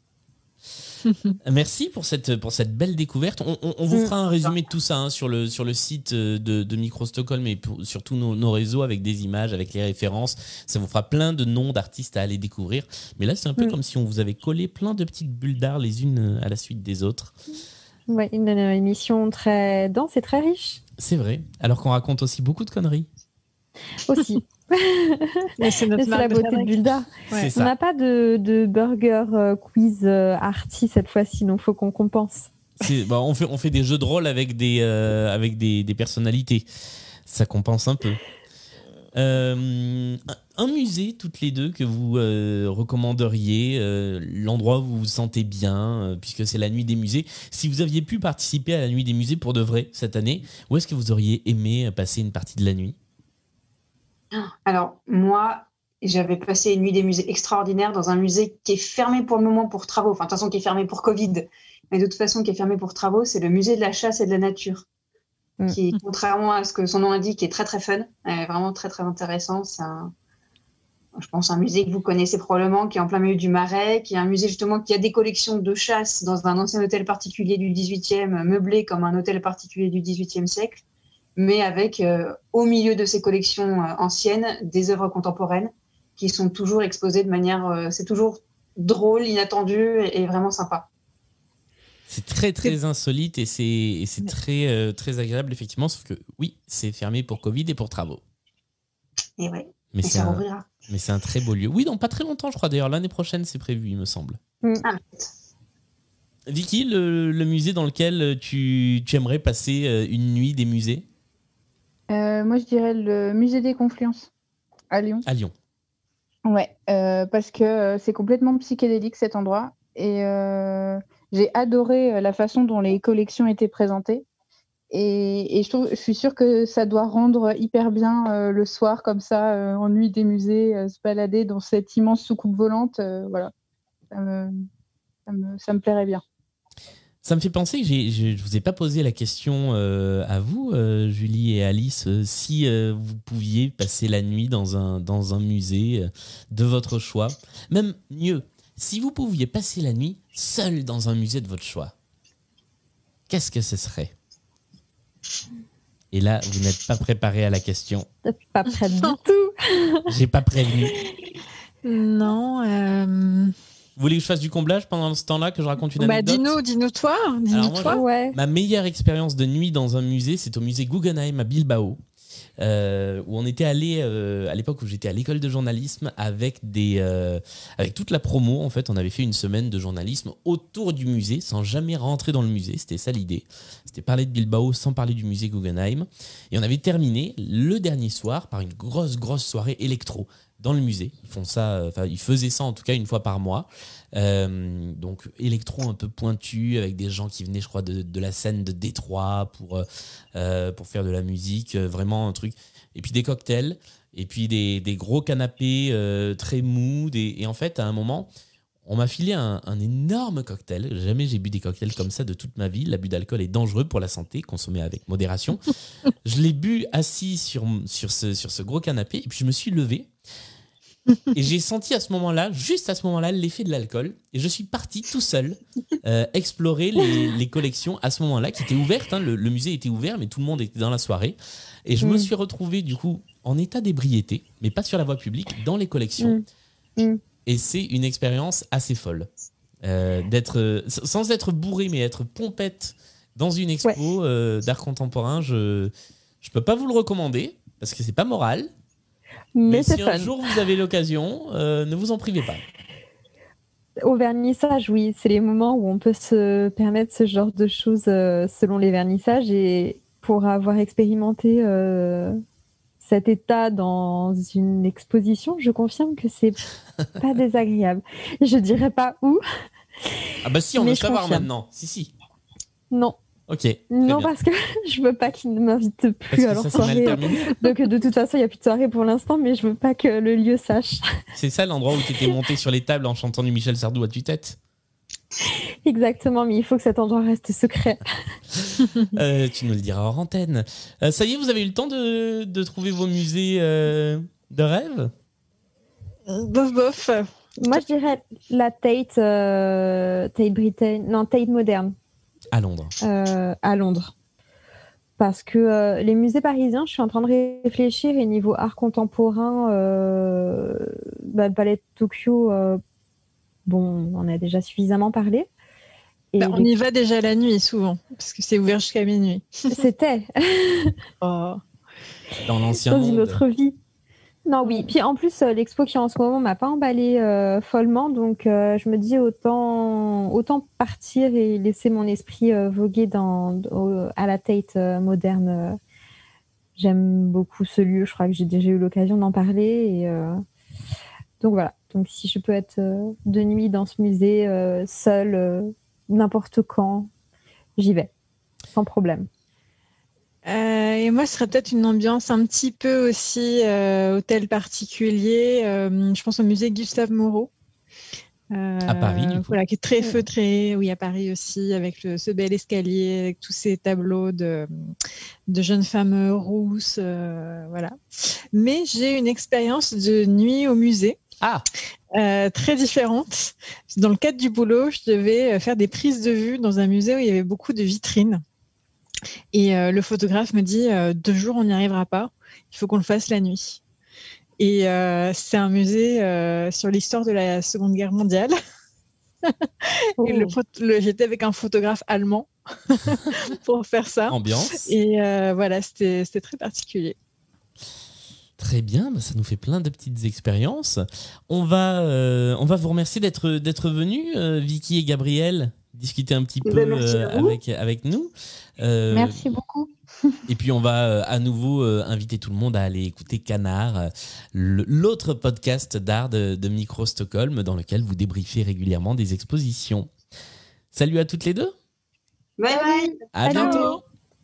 Merci pour cette, pour cette belle découverte. On, on, on vous fera un résumé de tout ça hein, sur, le, sur le site de, de Micro Stockholm et pour, sur tous nos, nos réseaux avec des images, avec les références. Ça vous fera plein de noms d'artistes à aller découvrir. Mais là, c'est un peu mm. comme si on vous avait collé plein de petites bulles d'art les unes à la suite des autres. Ouais, une, une émission très dense et très riche. C'est vrai, alors qu'on raconte aussi beaucoup de conneries. Aussi. Mais c'est, notre Mais c'est la beauté de Bulda. Ouais. On n'a pas de, de burger euh, quiz euh, arty cette fois-ci, donc il faut qu'on compense. C'est, bah, on, fait, on fait des jeux de rôle avec des, euh, avec des, des personnalités. Ça compense un peu. Euh, un musée, toutes les deux, que vous euh, recommanderiez, euh, l'endroit où vous vous sentez bien, euh, puisque c'est la nuit des musées. Si vous aviez pu participer à la nuit des musées pour de vrai cette année, où est-ce que vous auriez aimé passer une partie de la nuit ? Alors, moi, j'avais passé une nuit des musées extraordinaire dans un musée qui est fermé pour le moment pour travaux. Enfin, de toute façon, qui est fermé pour Covid. Mais de toute façon, qui est fermé pour travaux, c'est le musée de la chasse et de la nature. Mm. Qui, contrairement à ce que son nom indique, est très, très fun. Est vraiment très, très intéressant. C'est un, je pense, un musée que vous connaissez probablement, qui est en plein milieu du Marais, qui est un musée justement qui a des collections de chasse dans un ancien hôtel particulier du dix-huitième, meublé comme un hôtel particulier du dix-huitième siècle, mais avec, euh, au milieu de ces collections euh, anciennes, des œuvres contemporaines qui sont toujours exposées de manière... Euh, c'est toujours drôle, inattendu et, et vraiment sympa. C'est très, très insolite et c'est, et c'est très, euh, très agréable, effectivement, sauf que, oui, c'est fermé pour Covid et pour travaux. Et ouais, mais, et c'est ça un, rouvrira. mais c'est un très beau lieu. Oui, dans pas très longtemps, je crois, d'ailleurs. L'année prochaine, c'est prévu, il me semble. Mm. Ah. Vicky, le, le musée dans lequel tu, tu aimerais passer une nuit des musées ? euh, Moi, je dirais le musée des Confluences, à Lyon. À Lyon. Ouais, euh, parce que euh, c'est complètement psychédélique cet endroit et euh, j'ai adoré la façon dont les collections étaient présentées et, et je, trouve, je suis sûre que ça doit rendre hyper bien euh, le soir comme ça, euh, en nuit des musées, euh, se balader dans cette immense soucoupe volante, euh, voilà, ça me, ça, me, ça me plairait bien. Ça me fait penser que j'ai, je ne vous ai pas posé la question euh, à vous, euh, Julie et Alice, euh, si euh, vous pouviez passer la nuit dans un, dans un musée euh, de votre choix. Même mieux, si vous pouviez passer la nuit seul dans un musée de votre choix, qu'est-ce que ce serait ? Et là, vous n'êtes pas préparé à la question. Je suis pas prête du tout. J'ai pas prévenu. Non... Euh... Vous voulez que je fasse du comblage pendant ce temps-là, que je raconte une anecdote ? Bah, dis-nous, dis-nous toi. Dis-nous Alors moi, toi. je, ouais. Ma meilleure expérience de nuit dans un musée, c'est au musée Guggenheim à Bilbao, euh, où on était allé euh, à l'époque où j'étais à l'école de journalisme avec des, euh, avec toute la promo. En fait, on avait fait une semaine de journalisme autour du musée, sans jamais rentrer dans le musée. C'était ça l'idée. C'était parler de Bilbao sans parler du musée Guggenheim. Et on avait terminé le dernier soir par une grosse, grosse soirée électro dans le musée. Ils font ça, enfin, ils faisaient ça en tout cas une fois par mois. Euh, donc électro un peu pointu avec des gens qui venaient, je crois, de, de la scène de Détroit pour, euh, pour faire de la musique, euh, vraiment un truc. Et puis des cocktails, et puis des, des gros canapés euh, très mous. Des, et en fait, à un moment, on m'a filé un, un énorme cocktail. Jamais j'ai bu des cocktails comme ça de toute ma vie. L'abus d'alcool est dangereux pour la santé, consommé avec modération. Je l'ai bu assis sur, sur, ce, sur ce gros canapé, et puis je me suis levé. Et j'ai senti à ce moment-là, juste à ce moment-là, l'effet de l'alcool. Et je suis parti tout seul euh, explorer les, les collections à ce moment-là, qui étaient ouvertes. Hein. Le, le musée était ouvert, mais tout le monde était dans la soirée. Et je mmh. me suis retrouvé, du coup, en état d'ébriété, mais pas sur la voie publique, dans les collections. Mmh. Mmh. Et c'est une expérience assez folle. Euh, d'être, sans être bourré, mais être pompette dans une expo ouais. euh, d'art contemporain, je ne peux pas vous le recommander, parce que c'est pas moral. Mais, mais si un fun. jour vous avez l'occasion, euh, ne vous en privez pas. Au vernissage, oui, c'est les moments où on peut se permettre ce genre de choses euh, selon les vernissages. Et pour avoir expérimenté euh, cet état dans une exposition, je confirme que c'est pas désagréable. Je dirais pas où. Ah bah si, on veut savoir maintenant. Si, si. Non. Ok. Non, bien. Parce que je veux pas qu'ils ne m'invitent plus à leur soirée. Donc de toute façon, il n'y a plus de soirée pour l'instant, mais je veux pas que le lieu sache. C'est ça l'endroit où tu étais monté sur les tables en chantant du Michel Sardou à tue-tête ? Exactement, mais il faut que cet endroit reste secret. euh, tu nous le diras hors antenne. Euh, ça y est, vous avez eu le temps de, de trouver vos musées euh, de rêve ? Bof, bof. Moi, je dirais la Tate, euh, Tate Britain, non, Tate moderne. À Londres. Euh, à Londres. Parce que euh, les musées parisiens, je suis en train de réfléchir, et niveau art contemporain, euh, bah, le Palais de Tokyo, euh, bon, on a déjà suffisamment parlé. Et bah, on les... y va déjà la nuit, souvent, parce que c'est ouvert jusqu'à minuit. C'était. oh. Dans l'ancien Dans monde. une autre vie. Non, oui. Puis en plus, euh, l'expo qui est en ce moment m'a pas emballé euh, follement, donc euh, je me dis autant, autant partir et laisser mon esprit euh, voguer dans, au, à la Tate euh, moderne. Euh, j'aime beaucoup ce lieu, je crois que j'ai déjà eu l'occasion d'en parler. Et, euh, donc voilà. Donc si je peux être euh, de nuit dans ce musée, euh, seule, euh, n'importe quand, j'y vais, sans problème. Euh, et moi, ce serait peut-être une ambiance un petit peu aussi euh, hôtel particulier. Euh, je pense au musée Gustave Moreau. Euh, À Paris, du coup. Voilà, qui est très feutré. Oui, à Paris aussi, avec le, ce bel escalier, avec tous ces tableaux de, de jeunes femmes rousses. Euh, voilà. Mais j'ai une expérience de nuit au musée. Ah euh, très différente. Dans le cadre du boulot, je devais faire des prises de vue dans un musée où il y avait beaucoup de vitrines. Et euh, le photographe me dit euh, deux jours on n'y arrivera pas, il faut qu'on le fasse la nuit. Et euh, c'est un musée euh, sur l'histoire de la Seconde Guerre mondiale. Oh. Et le, le, j'étais avec un photographe allemand pour faire ça. Ambiance. Et euh, voilà, c'était, c'était très particulier. Très bien, bah ça nous fait plein de petites expériences. On va, euh, on va vous remercier d'être, d'être venus, euh, Vicky et Gabriel, discuter un petit peu euh, avec, avec nous. Euh, Merci beaucoup. Et puis on va euh, à nouveau euh, inviter tout le monde à aller écouter Canard, euh, le, l'autre podcast d'art de, de Micro Stockholm, dans lequel vous débriefez régulièrement des expositions. Salut à toutes les deux. Bye bye. À Salut. bientôt.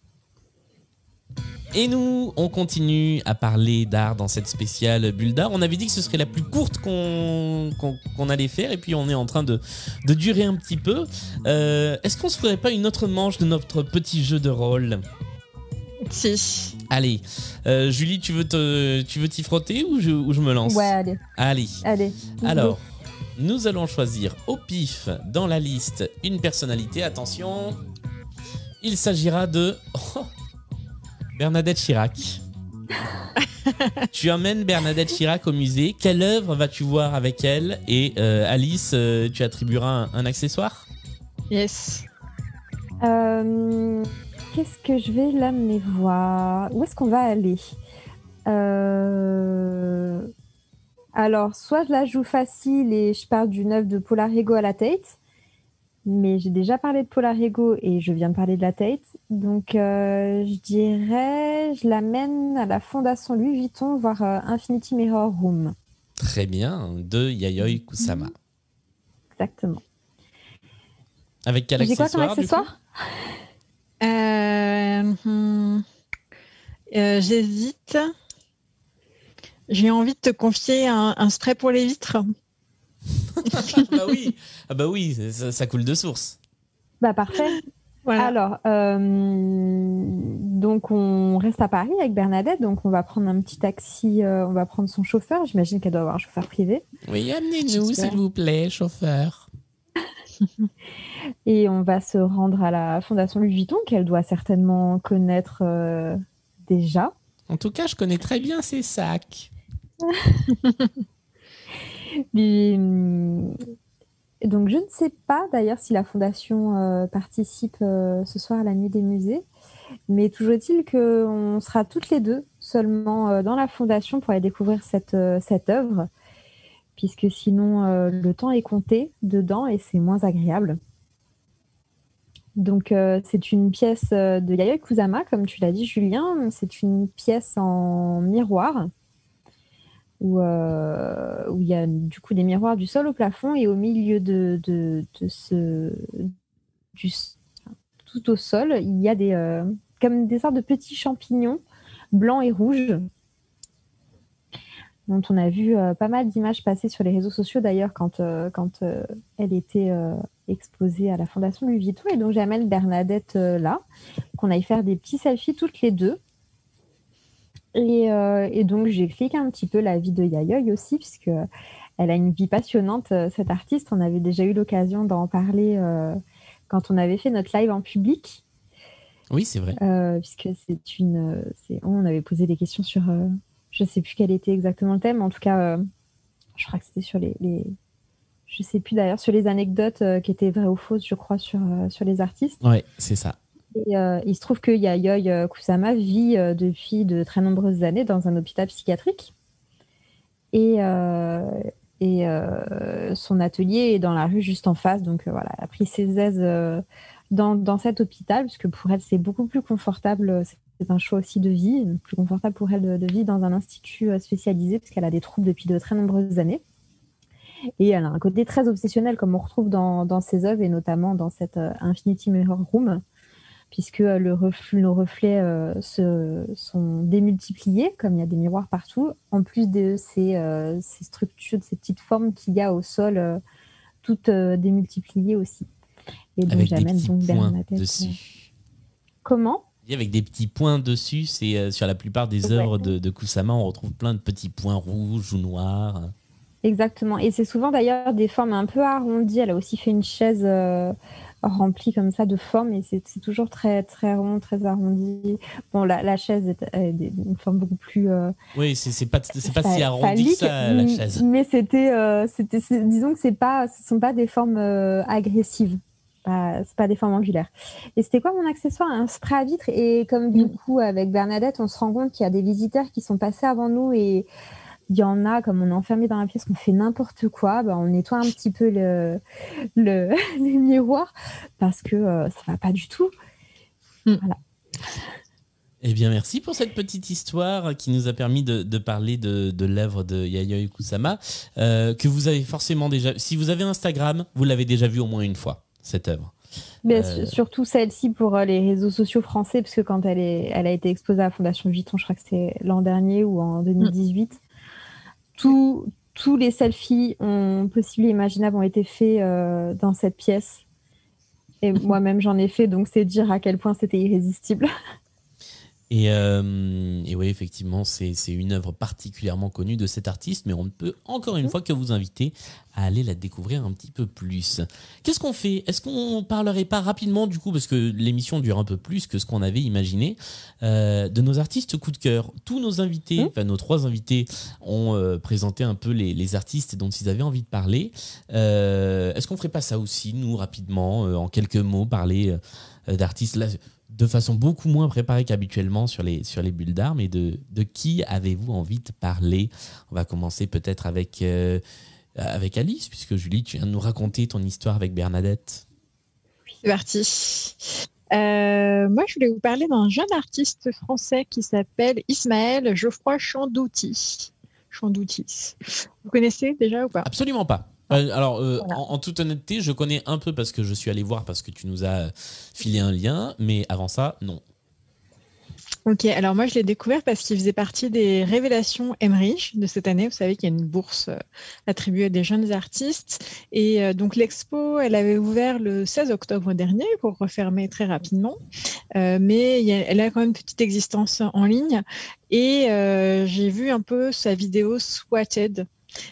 Et nous, on continue à parler d'art dans cette spéciale Bulle d'art. On avait dit que ce serait la plus courte qu'on, qu'on, qu'on allait faire, et puis on est en train de, de durer un petit peu. Euh, est-ce qu'on se ferait pas une autre manche de notre petit jeu de rôle ? Si. Allez, euh, Julie, tu veux, te, tu veux t'y frotter ou je, ou je me lance ? Ouais, allez. Allez. Allez. Alors, nous allons choisir au pif dans la liste une personnalité. Attention, il s'agira de... Oh, Bernadette Chirac. Tu emmènes Bernadette Chirac au musée. Quelle œuvre vas-tu voir avec elle ? Et euh, Alice, euh, tu attribueras un, un accessoire ? Yes. Euh, qu'est-ce que je vais l'amener voir ? Où est-ce qu'on va aller ? euh... Alors, soit je la joue facile et je parle d'une œuvre de Paula Rego à la Tate. Mais j'ai déjà parlé de Paula Rego et je viens de parler de la Tate. Donc, euh, je dirais, je l'amène à la Fondation Louis Vuitton voir euh, Infinity Mirror Room. Très bien, de Yayoi Kusama. Exactement. Avec quel j'ai accessoire, quoi comme accessoire euh, hmm, euh, J'hésite. J'ai envie de te confier un, un spray pour les vitres. bah oui, ah bah oui, ça, ça coule de source. Bah parfait. Voilà. Alors, euh, donc on reste à Paris avec Bernadette, donc on va prendre un petit taxi, euh, on va prendre son chauffeur. J'imagine qu'elle doit avoir un chauffeur privé. Oui, amenez-nous s'il vous plaît, chauffeur. Et on va se rendre à la Fondation Louis Vuitton, qu'elle doit certainement connaître euh, déjà. En tout cas, je connais très bien ces sacs. Mais, donc je ne sais pas d'ailleurs si la fondation euh, participe euh, ce soir à la nuit des musées, mais toujours est-il qu'on sera toutes les deux seulement euh, dans la fondation pour aller découvrir cette, euh, cette œuvre, puisque sinon euh, le temps est compté dedans et c'est moins agréable. Donc euh, c'est une pièce de Yayoi Kusama, comme tu l'as dit Julien, c'est une pièce en miroir. Où, euh, où il y a du coup des miroirs du sol au plafond et au milieu de, de, de ce du, tout au sol il y a des euh, comme des sortes de petits champignons blancs et rouges dont on a vu euh, pas mal d'images passer sur les réseaux sociaux d'ailleurs quand, euh, quand euh, elle était euh, exposée à la Fondation Louis Vuitton. Et donc j'amène Bernadette euh, là, qu'on aille faire des petits selfies toutes les deux. Et, euh, et donc, j'explique un petit peu la vie de Yayoi aussi, puisqu'elle a une vie passionnante, cette artiste. On avait déjà eu l'occasion d'en parler euh, quand on avait fait notre live en public. Oui, c'est vrai. Euh, puisque c'est une... C'est, on avait posé des questions sur... Euh, je ne sais plus quel était exactement le thème. En tout cas, euh, je crois que c'était sur les... les je ne sais plus d'ailleurs, sur les anecdotes euh, qui étaient vraies ou fausses, je crois, sur, euh, sur les artistes. Oui, c'est ça. Et euh, il se trouve que Yayoi Kusama vit euh, depuis de très nombreuses années dans un hôpital psychiatrique. Et, euh, et euh, son atelier est dans la rue juste en face. Donc euh, voilà, elle a pris ses aises euh, dans, dans cet hôpital, parce que pour elle, c'est beaucoup plus confortable. C'est un choix aussi de vie, plus confortable pour elle de, de vivre dans un institut spécialisé, parce qu'elle a des troubles depuis de très nombreuses années. Et elle a un côté très obsessionnel, comme on retrouve dans, dans ses œuvres, et notamment dans cette euh, Infinity Mirror Room. puisque euh, le refl- nos reflets euh, se, sont démultipliés, comme il y a des miroirs partout, en plus de ces, euh, ces structures, de ces petites formes qu'il y a au sol, euh, toutes euh, démultipliées aussi. Et donc Avec des j'amène petits donc points Bernadette. dessus. euh, Comment ? Et avec des petits points dessus, c'est euh, sur la plupart des Ouais. œuvres de, de Kusama, on retrouve plein de petits points rouges ou noirs. Exactement. Et c'est souvent d'ailleurs des formes un peu arrondies. Elle a aussi fait une chaise euh, remplie comme ça de formes et c'est, c'est toujours très très rond, très arrondi. Bon, la, la chaise est, est d'une forme beaucoup plus. Euh, Oui, c'est, c'est pas, c'est pas pha- si arrondi que phallique, ça, la chaise. Mais c'était, euh, c'était c'est- disons que c'est pas, ce sont pas des formes euh, agressives. Pas, c'est pas des formes angulaires. Et c'était quoi mon accessoire ? Un spray à vitre. Et comme du Mm. coup, avec Bernadette, on se rend compte qu'il y a des visiteurs qui sont passés avant nous et il y en a, comme on est enfermé dans la pièce, qu'on fait n'importe quoi, bah, on nettoie un petit peu le, le, les miroirs parce que euh, ça va pas du tout. Mm. Voilà. Eh bien, merci pour cette petite histoire qui nous a permis de, de parler de, de l'œuvre de Yayoi Kusama, euh, que vous avez forcément déjà... Si vous avez Instagram, vous l'avez déjà vu au moins une fois, cette œuvre. Mais Euh, surtout celle-ci pour euh, les réseaux sociaux français, parce que quand elle, est, elle a été exposée à la Fondation Vuitton, je crois que c'est l'an dernier ou en deux mille dix-huit, tout, tous les selfies ont, possibles et imaginables ont été faits euh, dans cette pièce. Et moi-même, j'en ai fait, donc c'est dire à quel point c'était irrésistible. Et, euh, et oui, effectivement, c'est, c'est une œuvre particulièrement connue de cet artiste, mais on ne peut encore une fois que vous inviter à aller la découvrir un petit peu plus. Qu'est-ce qu'on fait ? Est-ce qu'on parlerait pas rapidement, du coup, parce que l'émission dure un peu plus que ce qu'on avait imaginé, euh, de nos artistes coup de cœur ? Tous nos invités, Mmh. enfin nos trois invités, ont euh, présenté un peu les, les artistes dont ils avaient envie de parler. Euh, est-ce qu'on ferait pas ça aussi, nous, rapidement, euh, en quelques mots, parler euh, d'artistes là de façon beaucoup moins préparée qu'habituellement sur les, sur les bulles d'art, mais de, de qui avez-vous envie de parler ? On va commencer peut-être avec, euh, avec Alice, puisque Julie, tu viens de nous raconter ton histoire avec Bernadette. C'est parti. Euh, moi, je voulais vous parler d'un jeune artiste français qui s'appelle Ismaël Geoffroy Chandouti. Chandoutis. Vous connaissez déjà ou pas ? Absolument pas. Euh, alors, euh, Voilà. en, en toute honnêteté, je connais un peu parce que je suis allé voir, parce que tu nous as filé un lien, mais avant ça, non. Ok, alors moi je l'ai découvert parce qu'il faisait partie des révélations Emmerich de cette année. Vous savez qu'il y a une bourse euh, attribuée à des jeunes artistes. Et euh, donc l'expo, elle avait ouvert le seize octobre dernier pour refermer très rapidement. Euh, mais il y a- elle a quand même une petite existence en ligne. Et euh, j'ai vu un peu sa vidéo Swatted,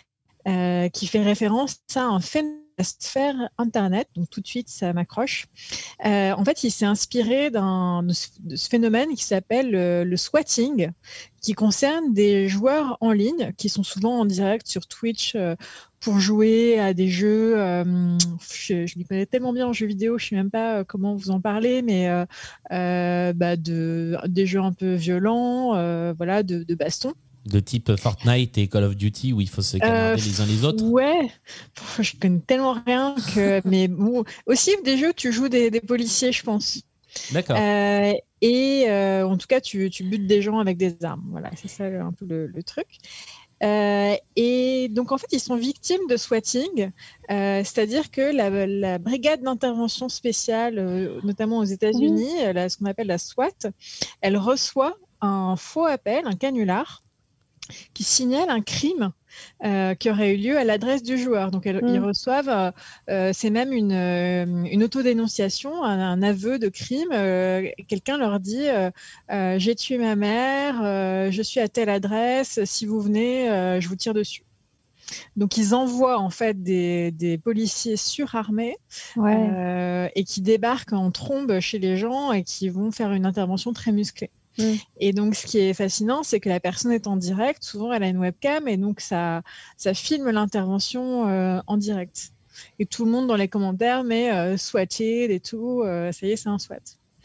euh, qui fait référence à un phénomène de la sphère Internet. Donc tout de suite, ça m'accroche. Euh, en fait, il s'est inspiré d'un, de, ce, de ce phénomène qui s'appelle le, le swatting, qui concerne des joueurs en ligne qui sont souvent en direct sur Twitch euh, pour jouer à des jeux. Euh, je, je m'y connais tellement bien en jeux vidéo, je ne sais même pas euh, comment vous en parler, mais euh, euh, bah de, des jeux un peu violents, euh, voilà, de, de baston. De type Fortnite et Call of Duty où il faut se canarder Euh, les uns les autres. Ouais, Pff, je connais tellement rien que. Mais bon, aussi des jeux, tu joues des, des policiers, je pense. D'accord. Euh, et euh, en tout cas, tu, tu butes des gens avec des armes. Voilà, c'est ça un peu le, le truc. Euh, et donc, en fait, ils sont victimes de swatting, euh, c'est-à-dire que la, la brigade d'intervention spéciale, euh, notamment aux États-Unis, euh, la- ce qu'on appelle la SWAT, elle reçoit un faux appel, un canular, qui signale un crime euh, qui aurait eu lieu à l'adresse du joueur. Donc, elles, Mm. ils reçoivent, euh, euh, c'est même une, euh, une autodénonciation, un, un aveu de crime. Euh, quelqu'un leur dit euh, euh, j'ai tué ma mère, euh, je suis à telle adresse, si vous venez, euh, je vous tire dessus. Donc, ils envoient en fait des, des policiers surarmés Ouais. euh, et qui débarquent en trombe chez les gens et qui vont faire une intervention très musclée. Mm. Et donc, ce qui est fascinant, c'est que la personne est en direct. Souvent, elle a une webcam et donc ça, ça filme l'intervention euh, en direct. Et tout le monde dans les commentaires met euh, swatted et tout. Euh, ça y est, c'est un SWAT.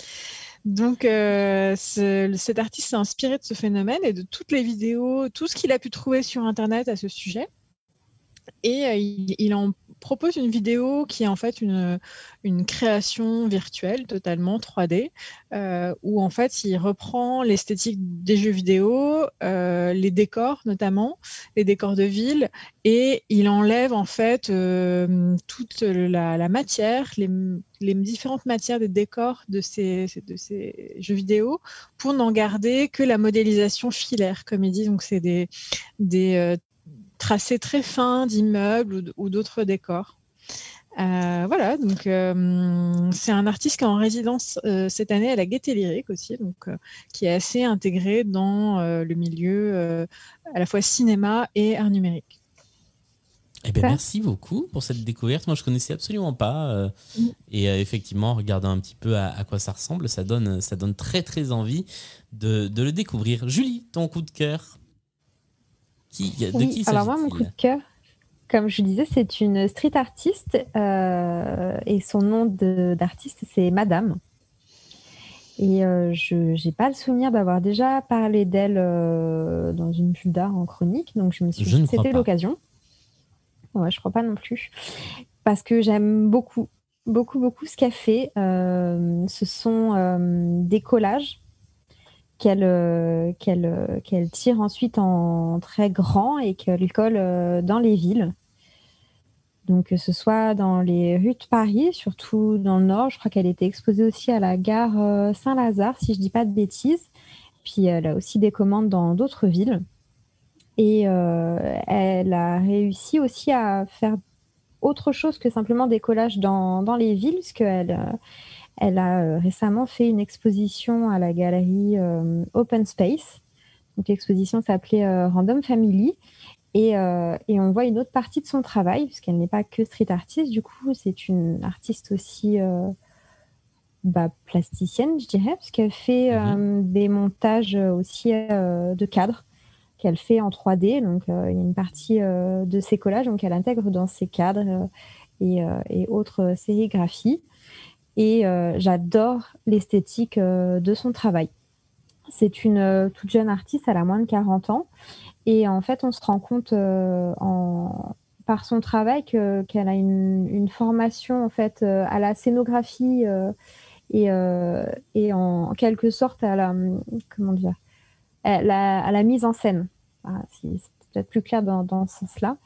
Donc, euh, ce, cet artiste s'est inspiré de ce phénomène et de toutes les vidéos, tout ce qu'il a pu trouver sur Internet à ce sujet. Et euh, il, il en propose une vidéo qui est en fait une, une création virtuelle totalement trois D, euh, où en fait il reprend l'esthétique des jeux vidéo, euh, les décors notamment, les décors de ville, et il enlève en fait euh, toute la, la matière, les, les différentes matières des décors de ces, de ces jeux vidéo pour n'en garder que la modélisation filaire, comme il dit. Donc c'est des, des euh, tracés très fins d'immeubles ou, ou d'autres décors. Euh, voilà, donc euh, c'est un artiste qui est en résidence euh, cette année à la Gaîté Lyrique aussi, donc euh, qui est assez intégré dans euh, le milieu euh, à la fois cinéma et art numérique. Eh ben, merci beaucoup pour cette découverte. Moi, je connaissais absolument pas. Euh, mmh. Et euh, effectivement, en regardant un petit peu à, à quoi ça ressemble, ça donne, ça donne très, très envie de, de le découvrir. Julie, ton coup de cœur qui, de oui, qui s'agit-il ? Alors moi, mon coup de cœur, comme je disais, c'est une street artiste euh, et son nom de, d'artiste, c'est Madame. Et euh, je n'ai pas le souvenir d'avoir déjà parlé d'elle euh, dans une bulle d'art en chronique, donc je me suis dit que c'était l'occasion. Ouais, je crois pas non plus. Parce que j'aime beaucoup, beaucoup, beaucoup ce qu'elle fait. Euh, ce sont euh, des collages qu'elle, euh, qu'elle, euh, qu'elle tire ensuite en très grand et qu'elle colle euh, dans les villes. Donc, que ce soit dans les rues de Paris, surtout dans le Nord. Je crois qu'elle était exposée aussi à la gare euh, Saint-Lazare, si je dis pas de bêtises. Puis, elle a aussi des commandes dans d'autres villes. Et euh, elle a réussi aussi à faire autre chose que simplement des collages dans, dans les villes, parce qu'elle euh, elle a récemment fait une exposition à la galerie euh, Open Space. Donc, l'exposition s'appelait euh, Random Family. Et, euh, et on voit une autre partie de son travail, puisqu'elle n'est pas que street artiste. Du coup, c'est une artiste aussi euh, bah, plasticienne, je dirais, parce qu'elle fait euh, mmh. des montages aussi euh, de cadres qu'elle fait en trois D. Donc, euh, il y a une partie euh, de ses collages donc elle intègre dans ses cadres euh, et, euh, et autres sérigraphies. Et euh, j'adore l'esthétique euh, de son travail. C'est une euh, toute jeune artiste, elle a moins de quarante ans. Et en fait, on se rend compte euh, en, par son travail que, qu'elle a une, une formation en fait, euh, à la scénographie euh, et, euh, et en quelque sorte à la, comment dire, à la, à la mise en scène. Voilà, c'est, c'est peut-être plus clair dans, dans ce sens-là.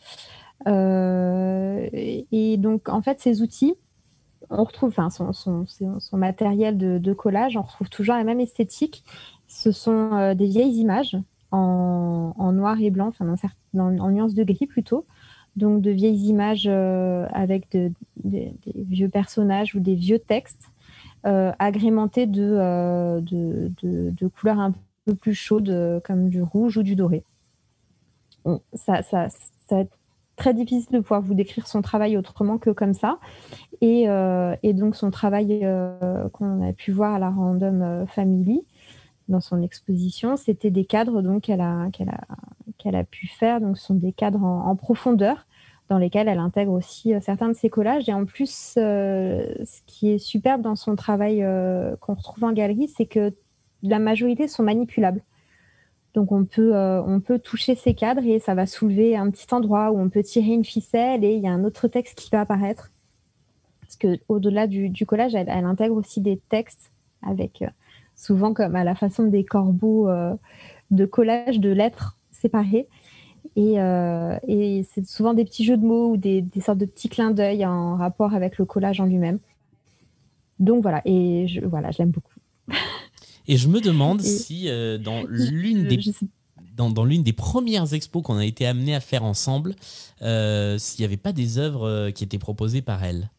Euh, et, et donc, en fait, ces outils, on retrouve enfin, son, son, son, son matériel de, de collage, on retrouve toujours la même esthétique. Ce sont euh, des vieilles images en, en noir et blanc, enfin dans, dans, en nuance de gris plutôt. Donc de vieilles images euh, avec de, de, des vieux personnages ou des vieux textes euh, agrémentés de, euh, de, de, de couleurs un peu plus chaudes comme du rouge ou du doré. Bon, ça, ça, ça va être très difficile de pouvoir vous décrire son travail autrement que comme ça. Et, euh, et donc son travail euh, qu'on a pu voir à la Random Family, dans son exposition, c'était des cadres donc, qu'elle, a, qu'elle, a, qu'elle a pu faire. Donc, ce sont des cadres en, en profondeur dans lesquels elle intègre aussi euh, certains de ses collages. Et en plus, euh, ce qui est superbe dans son travail euh, qu'on retrouve en galerie, c'est que la majorité sont manipulables. Donc, on peut, euh, on peut toucher ces cadres et ça va soulever un petit endroit où on peut tirer une ficelle et il y a un autre texte qui va apparaître. Parce qu'au-delà du, du collage, elle, elle intègre aussi des textes avec... Euh, souvent comme à la façon des corbeaux euh, de collage de lettres séparées. Et, euh, et c'est souvent des petits jeux de mots ou des, des sortes de petits clins d'œil en rapport avec le collage en lui-même. Donc voilà, et je, voilà, je l'aime beaucoup. Et je me demande et si euh, dans, l'une des, dans, dans l'une des premières expos qu'on a été amenés à faire ensemble, euh, s'il n'y avait pas des œuvres qui étaient proposées par elle.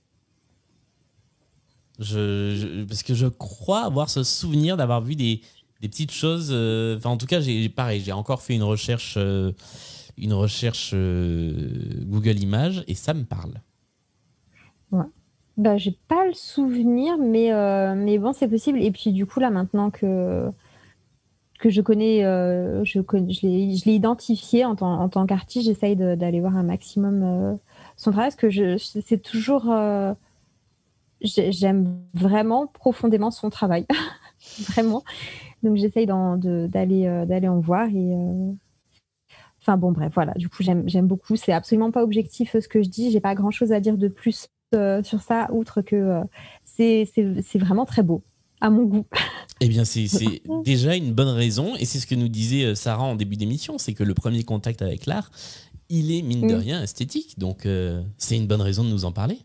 Je, je, parce que je crois avoir ce souvenir d'avoir vu des, des petites choses. Euh, enfin, en tout cas, j'ai, pareil, j'ai encore fait une recherche, euh, une recherche euh, Google Images et ça me parle. Ouais. Bah, j'ai pas le souvenir, mais, euh, mais bon, c'est possible. Et puis, du coup, là, maintenant que, que je connais, euh, je, connais je, l'ai, je l'ai identifié en tant, en tant qu'artiste, j'essaye de, d'aller voir un maximum euh, son travail parce que je, c'est toujours. Euh, J'aime vraiment profondément son travail, vraiment. Donc j'essaye d'en, de, d'aller, euh, d'aller en voir et euh, Enfin bon, bref, voilà. Du coup, j'aime, j'aime beaucoup. C'est absolument pas objectif ce que je dis. J'ai pas grand-chose à dire de plus euh, sur ça, outre que euh, c'est, c'est, c'est vraiment très beau, à mon goût. Eh bien, c'est, c'est déjà une bonne raison. Et c'est ce que nous disait Sarah en début d'émission. C'est que le premier contact avec l'art, il est, mine de rien, esthétique. Donc, euh, c'est une bonne raison de nous en parler.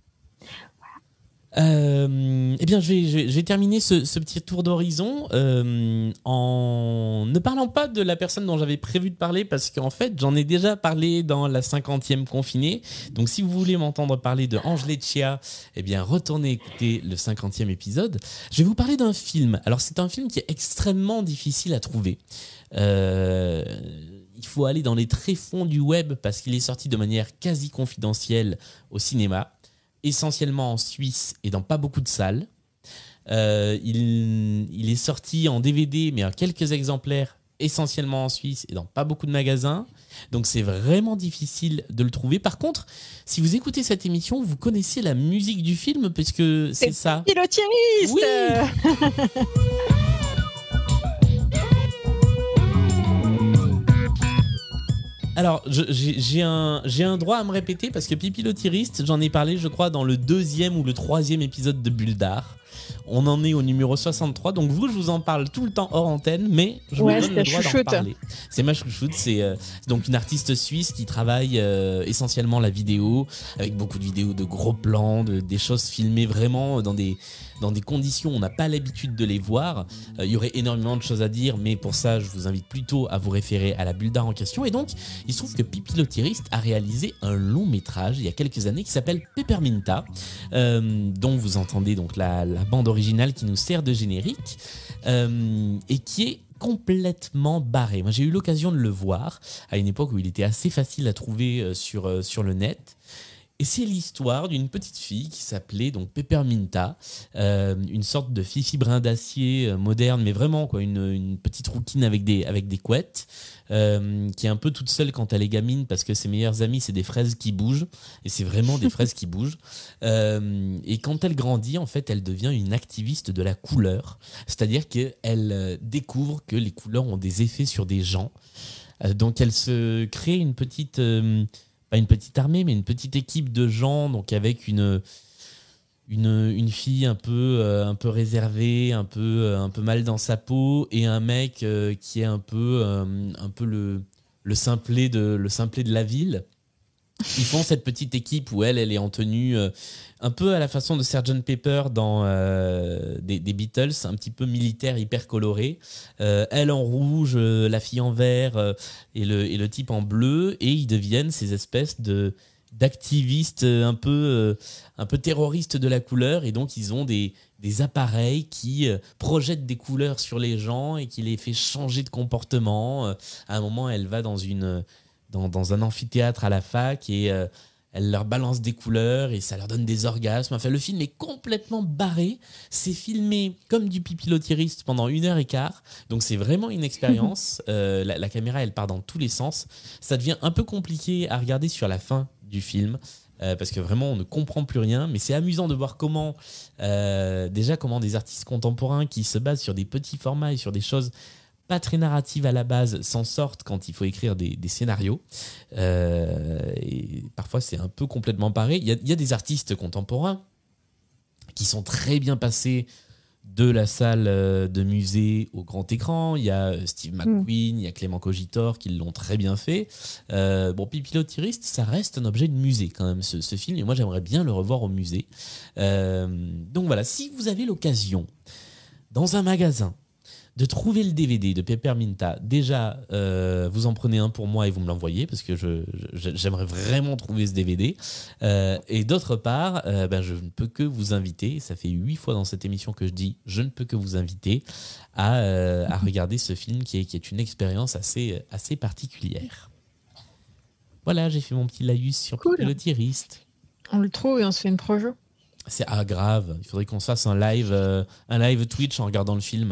Euh, eh bien, je vais, je vais, je vais terminer ce, ce petit tour d'horizon euh, en ne parlant pas de la personne dont j'avais prévu de parler, parce qu'en fait, j'en ai déjà parlé dans la cinquantième confinée. Donc, si vous voulez m'entendre parler de Ange Leccia, eh bien, retournez écouter le cinquantième épisode. Je vais vous parler d'un film. Alors, c'est un film qui est extrêmement difficile à trouver. Euh, il faut aller dans les tréfonds du web parce qu'il est sorti de manière quasi confidentielle au cinéma, essentiellement en Suisse et dans pas beaucoup de salles. Euh, il, il est sorti en D V D, mais en quelques exemplaires, essentiellement en Suisse et dans pas beaucoup de magasins. Donc c'est vraiment difficile de le trouver. Par contre, si vous écoutez cette émission, vous connaissez la musique du film, puisque c'est, c'est ça. Pilotiriste. Oui. Alors, je, j'ai, j'ai, un, j'ai un droit à me répéter parce que Pipilotiriste, j'en ai parlé, je crois, dans le deuxième ou le troisième épisode de Bulle d'Art. On en est au numéro soixante-trois. Donc vous, je vous en parle tout le temps hors antenne, mais je ouais, me donne le droit chouchoute. d'en parler. C'est ma chouchoute. C'est euh, donc une artiste suisse qui travaille euh, essentiellement la vidéo, avec beaucoup de vidéos de gros plans, de, des choses filmées vraiment dans des, dans des conditions où on n'a pas l'habitude de les voir. Il euh, y aurait énormément de choses à dire, mais pour ça, je vous invite plutôt à vous référer à la Bulle d'Art en question. Et donc, il se trouve que Pipilotiriste a réalisé un long métrage il y a quelques années qui s'appelle Pepperminta, euh, dont vous entendez donc la, la bande originale qui nous sert de générique euh, et qui est complètement barré. Moi, j'ai eu l'occasion de le voir à une époque où il était assez facile à trouver sur, euh, sur le net. Et c'est l'histoire d'une petite fille qui s'appelait donc Pepperminta, euh, une sorte de Fifi brin d'acier euh, moderne, mais vraiment quoi, une, une petite rouquine avec des, avec des couettes, euh, qui est un peu toute seule quand elle est gamine parce que ses meilleures amies c'est des fraises qui bougent, et c'est vraiment des fraises qui bougent. Euh, et quand elle grandit, en fait, elle devient une activiste de la couleur, c'est-à-dire qu'elle découvre que les couleurs ont des effets sur des gens. Euh, donc elle se crée une petite... Euh, pas une petite armée, mais une petite équipe de gens, donc avec une, une, une fille un peu, euh, un peu réservée, un peu, euh, un peu mal dans sa peau, et un mec euh, qui est un peu, euh, un peu le, le, simplet de, le simplet de la ville. Ils font cette petite équipe où elle, elle est en tenue euh, un peu à la façon de sergent Pepper dans euh, des, des Beatles, un petit peu militaire, hyper coloré. Euh, elle en rouge, euh, la fille en vert euh, et, le, et le type en bleu. Et ils deviennent ces espèces de, d'activistes un peu, euh, un peu terroristes de la couleur. Et donc, ils ont des, des appareils qui euh, projettent des couleurs sur les gens et qui les fait changer de comportement. Euh, à un moment, elle va dans une... Dans, dans un amphithéâtre à la fac et euh, elle leur balance des couleurs et ça leur donne des orgasmes. Enfin, le film est complètement barré. C'est filmé comme du Pipilotiriste pendant une heure et quart. Donc, c'est vraiment une expérience. Euh, la, la caméra, elle part dans tous les sens. Ça devient un peu compliqué à regarder sur la fin du film euh, parce que vraiment, on ne comprend plus rien. Mais c'est amusant de voir comment, euh, déjà, comment des artistes contemporains qui se basent sur des petits formats et sur des choses pas très narrative à la base, s'en sortent quand il faut écrire des, des scénarios. Euh, et parfois, c'est un peu complètement pareil. Il y a, il y a des artistes contemporains qui sont très bien passés de la salle de musée au grand écran. Il y a Steve McQueen, mmh. il y a Clément Cogitor qui l'ont très bien fait. Euh, bon, Pipilotiriste, ça reste un objet de musée quand même, ce, ce film. Et moi, j'aimerais bien le revoir au musée. Euh, donc voilà, si vous avez l'occasion, dans un magasin, de trouver le D V D de Pepperminta, déjà, euh, vous en prenez un pour moi et vous me l'envoyez parce que je, je, j'aimerais vraiment trouver ce D V D. Euh, et d'autre part, euh, ben, je ne peux que vous inviter, ça fait huit fois dans cette émission que je dis je ne peux que vous inviter à, euh, à regarder ce film qui est, qui est une expérience assez, assez particulière. Voilà, j'ai fait mon petit laïus sur cool. Pipilotiriste. On le trouve et on se fait une projo. C'est ah, grave, il faudrait qu'on se fasse un live, euh, un live Twitch en regardant le film.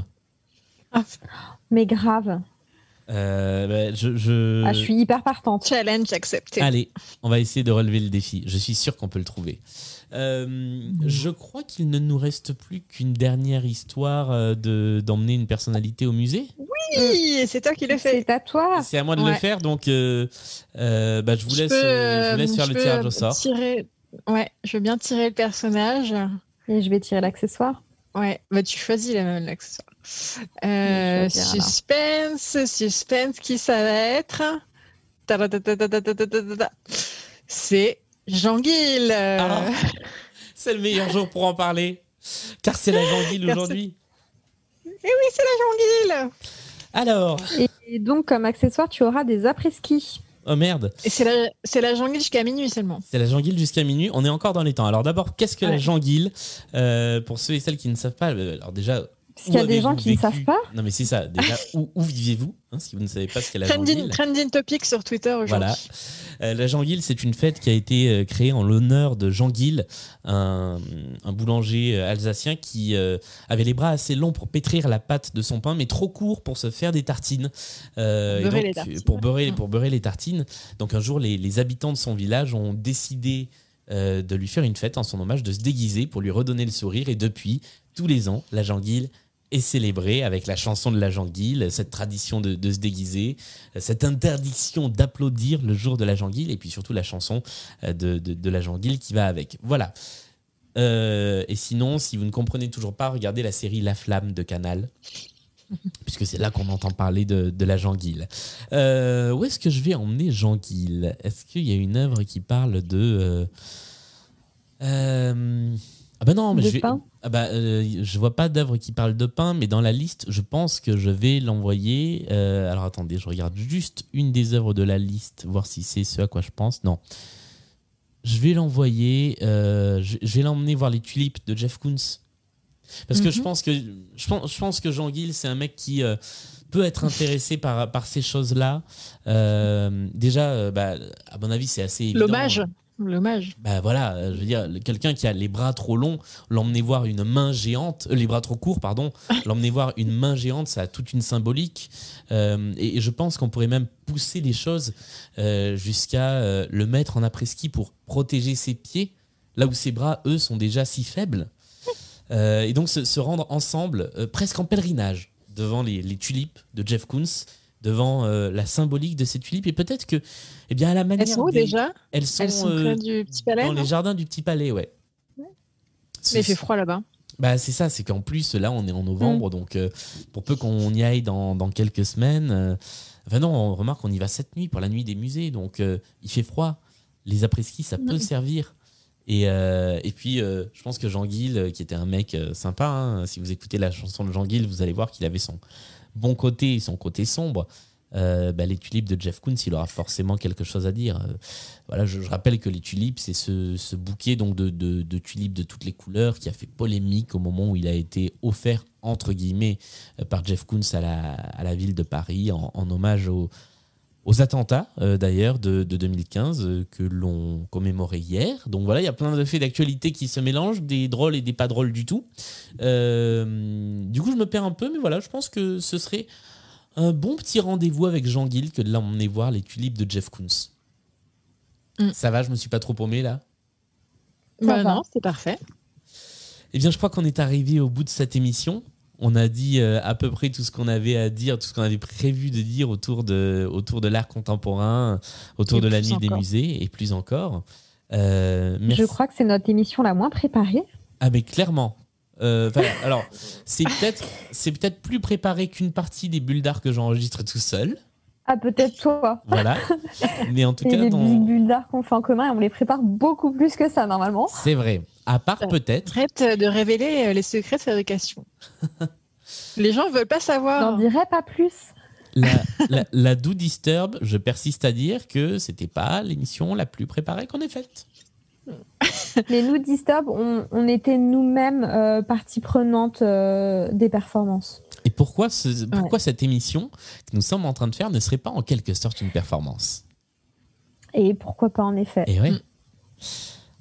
Mais grave. Euh, bah, je, je... Ah, je suis hyper partante. Challenge accepté. Allez, on va essayer de relever le défi. Je suis sûr qu'on peut le trouver. Euh, je crois qu'il ne nous reste plus qu'une dernière histoire euh, de, d'emmener une personnalité au musée. Oui, c'est toi qui le fais. C'est à toi. C'est à moi de Ouais. le faire, donc euh, euh, bah, je vous Je laisse, peux, euh, je vous laisse euh, faire je le peux tirage au sort. Tirer... Ouais, je veux bien tirer le personnage. Et je vais tirer l'accessoire. Ouais, bah tu choisis la- l'accessoire. Euh, Je vais choisir, alors. suspense, suspense, qui ça va être? Ta-da-da-da-da-da-da-da-da. C'est Jean-Guil. Ah, c'est le meilleur jour pour en parler, car c'est la Jean-Guil Car aujourd'hui. Et oui, c'est la Jean-Guil. Alors, Et donc, comme accessoire, tu auras des après-ski. oh merde, Et c'est la, c'est la Jean-Guil jusqu'à minuit seulement. c'est la Jean-Guil jusqu'à minuit. On est encore dans les temps. Alors d'abord, qu'est-ce que la Ouais. Jean-Guil euh, Pour ceux et celles qui ne savent pas, euh, alors déjà. Parce qu'il y a où des gens avez-vous qui ne vécu savent pas. Non mais c'est ça. Déjà, où, où vivez-vous hein, si vous ne savez pas ce qu'est la Trending, Jean-Guil. trending topic sur Twitter aujourd'hui. Voilà. Euh, la Jean-Guil, c'est une fête qui a été euh, créée en l'honneur de Jean Guil, un, un boulanger euh, alsacien qui euh, avait les bras assez longs pour pétrir la pâte de son pain, mais trop courts pour se faire des tartines. Euh, Pour beurrer et donc, les tartines. Pour beurrer, Mm. pour beurrer les tartines. Donc un jour, les, les habitants de son village ont décidé euh, de lui faire une fête en son hommage, de se déguiser pour lui redonner le sourire. Et depuis, tous les ans, la Jean-Guil est célébrée avec la chanson de la Jean-Guil, cette tradition de, de se déguiser, cette interdiction d'applaudir le jour de la Jean-Guil, et puis surtout la chanson de, de, de la Jean-Guil qui va avec. Voilà. Euh, et sinon, si vous ne comprenez toujours pas, regardez la série La Flamme de Canal, puisque c'est là qu'on entend parler de, de la Jean-Guil. Euh, où est-ce que je vais emmener Jean-Guil ? Est-ce qu'il y a une œuvre qui parle de... Euh, euh, ah ben non, mais De je vais... pain. Ah bah, euh, je vois pas d'œuvre qui parle de pain, mais dans la liste, je pense que je vais l'envoyer. Euh, alors attendez, je regarde juste une des œuvres de la liste, voir si c'est ce à quoi je pense. Non. Je vais l'envoyer. Euh, je, je vais l'emmener voir les tulipes de Jeff Koons. Parce que Mhm. je pense que je pense, je pense que Jean-Guil, c'est un mec qui euh, peut être intéressé par, par ces choses-là. Euh, déjà, euh, bah, à mon avis, c'est assez évident. L'hommage. L'hommage. Bah voilà, euh, je veux dire, le- quelqu'un qui a les bras trop longs, l'emmener voir une main géante, euh, les bras trop courts, pardon, l'emmener voir une main géante, ça a toute une symbolique. Euh, et, et je pense qu'on pourrait même pousser les choses euh, jusqu'à euh, le mettre en après-ski pour protéger ses pieds, là où ses bras, eux, sont déjà si faibles. Euh, et donc se, se rendre ensemble, euh, presque en pèlerinage, devant les, les tulipes de Jeff Koons, devant euh, la symbolique de ces tulipes. Et peut-être que, eh bien, à la manière Elles sont où des- déjà? Elles sont, Elles sont euh, près du Petit Palais, dans non les jardins du Petit Palais, ouais. Mais il fait froid là-bas. Bah, c'est ça, c'est qu'en plus, là, on est en novembre, donc euh, pour peu qu'on y aille dans, dans quelques semaines. euh, Enfin, non, on remarque qu'on y va cette nuit pour la nuit des musées, donc euh, il fait froid. Les après-ski, ça peut Mhm. servir. Et, euh, et puis, euh, je pense que Jean-Guil, euh, qui était un mec euh, sympa, hein, si vous écoutez la chanson de Jean-Guil, vous allez voir qu'il avait son bon côté et son côté sombre. Euh, bah, les tulipes de Jeff Koons, il aura forcément quelque chose à dire. Euh, voilà, je, je rappelle que les tulipes, c'est ce, ce bouquet donc de, de, de tulipes de toutes les couleurs qui a fait polémique au moment où il a été offert, entre guillemets, euh, par Jeff Koons à la, à la ville de Paris, en, en hommage au, aux attentats, euh, d'ailleurs, de, de deux mille quinze, euh, que l'on commémorait hier. Donc voilà, il y a plein de faits d'actualité qui se mélangent, des drôles et des pas drôles du tout. Euh, du coup, je me perds un peu, mais voilà, je pense que ce serait un bon petit rendez-vous avec Jean-Guil que de l'emmener voir les tulipes de Jeff Koons. Mm. Ça va, je me suis pas trop paumé là. Ça Bah va. non, c'est parfait. Eh bien, je crois qu'on est arrivé au bout de cette émission. On a dit euh, à peu près tout ce qu'on avait à dire, tout ce qu'on avait prévu de dire autour de, autour de l'art contemporain, autour Et de la plus nuit des encore. musées et plus encore. Euh, merci. Je crois que c'est notre émission la moins préparée. Ah, mais clairement. Euh, enfin, alors, c'est peut-être, c'est peut-être plus préparé qu'une partie des bulles d'art que j'enregistre tout seul. Ah, peut-être toi. Voilà. Mais en tout Et cas, les dans... petites bulles d'art qu'on fait en commun, on les prépare beaucoup plus que ça normalement. c'est vrai. À part Ouais. peut-être. Arrête de révéler euh, les secrets de fabrication. Les gens veulent pas savoir. J'en dirais pas plus. La, la, la Do Disturb, je persiste à dire que c'était pas l'émission la plus préparée qu'on ait faite. Mais nous, Disturb, on, on était nous-mêmes euh, partie prenante euh, des performances. Et pourquoi, ce, pourquoi cette émission que nous sommes en train de faire ne serait pas en quelque sorte une performance ? Et pourquoi pas en effet. Et ouais. Mm.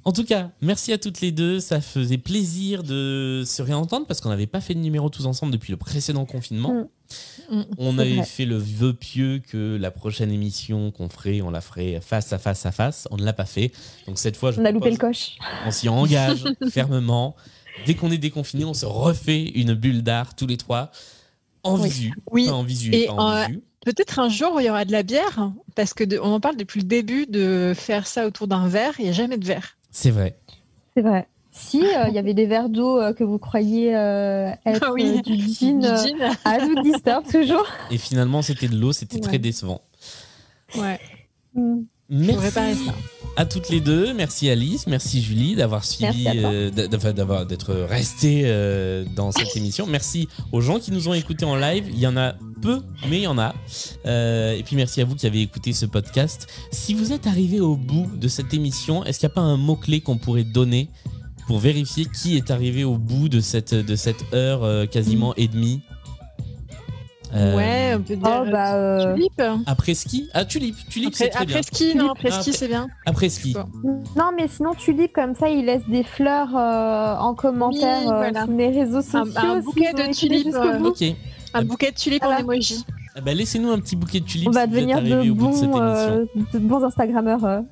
En tout cas, merci à toutes les deux. Ça faisait plaisir de se réentendre parce qu'on n'avait pas fait de numéro tous ensemble depuis le précédent confinement. Mmh. Mmh. On avait vrai. fait le vœu pieux que la prochaine émission qu'on ferait, on la ferait face à face à face. On ne l'a pas fait. Donc cette fois, je on a loupé le coche. On s'y engage fermement. Dès qu'on est déconfiné, on se refait une bulle d'art tous les trois en oui. visu. Oui. Pas en visu et pas en euh, visu. Peut-être un jour où il y aura de la bière parce que de, on en parle depuis le début de faire ça autour d'un verre. Il n'y a jamais de verre. C'est vrai. C'est vrai. Si il euh, y avait des verres d'eau euh, que vous croyez euh, être ah oui. euh, du gin, euh, gin. à nous disturb toujours. Et finalement, c'était de l'eau, c'était ouais. très décevant. Ouais. Mm. Merci à toutes les deux. Merci Alice, merci Julie d'avoir suivi, euh, d'avoir, d'être restée euh, dans cette émission. Merci aux gens qui nous ont écoutés en live. Il y en a peu, mais il y en a. Euh, et puis merci à vous qui avez écouté ce podcast. Si vous êtes arrivé au bout de cette émission, est-ce qu'il n'y a pas un mot-clé qu'on pourrait donner pour vérifier qui est arrivé au bout de cette, de cette heure euh, quasiment mmh. et demie? Euh, ouais, on peut dire oh, bah, euh... Tulipe. Après ski Ah, Tulipe, Tulipe après, c'est très après bien. Ski, non, après ski, c'est bien. Après ski. Non, mais sinon, Tulipe, comme ça, il laisse des fleurs euh, en commentaire oui, voilà. euh, sur les réseaux sociaux. Un, un bouquet de tulipes. Euh, ok. Un bouquet de tulipes voilà. en emoji. Ah bah, laissez-nous un petit bouquet de tulipes. On va si devenir vous êtes arrivé de, au bout bons, de cette émission. Euh, de bons Instagrammeurs. Euh.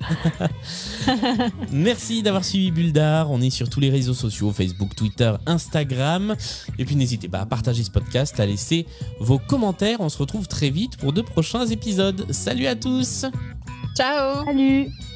Merci d'avoir suivi Bulle d'Art. On est sur tous les réseaux sociaux, Facebook, Twitter, Instagram. Et puis n'hésitez pas à partager ce podcast, à laisser vos commentaires. On se retrouve très vite pour de prochains épisodes. Salut à tous. Ciao. Salut.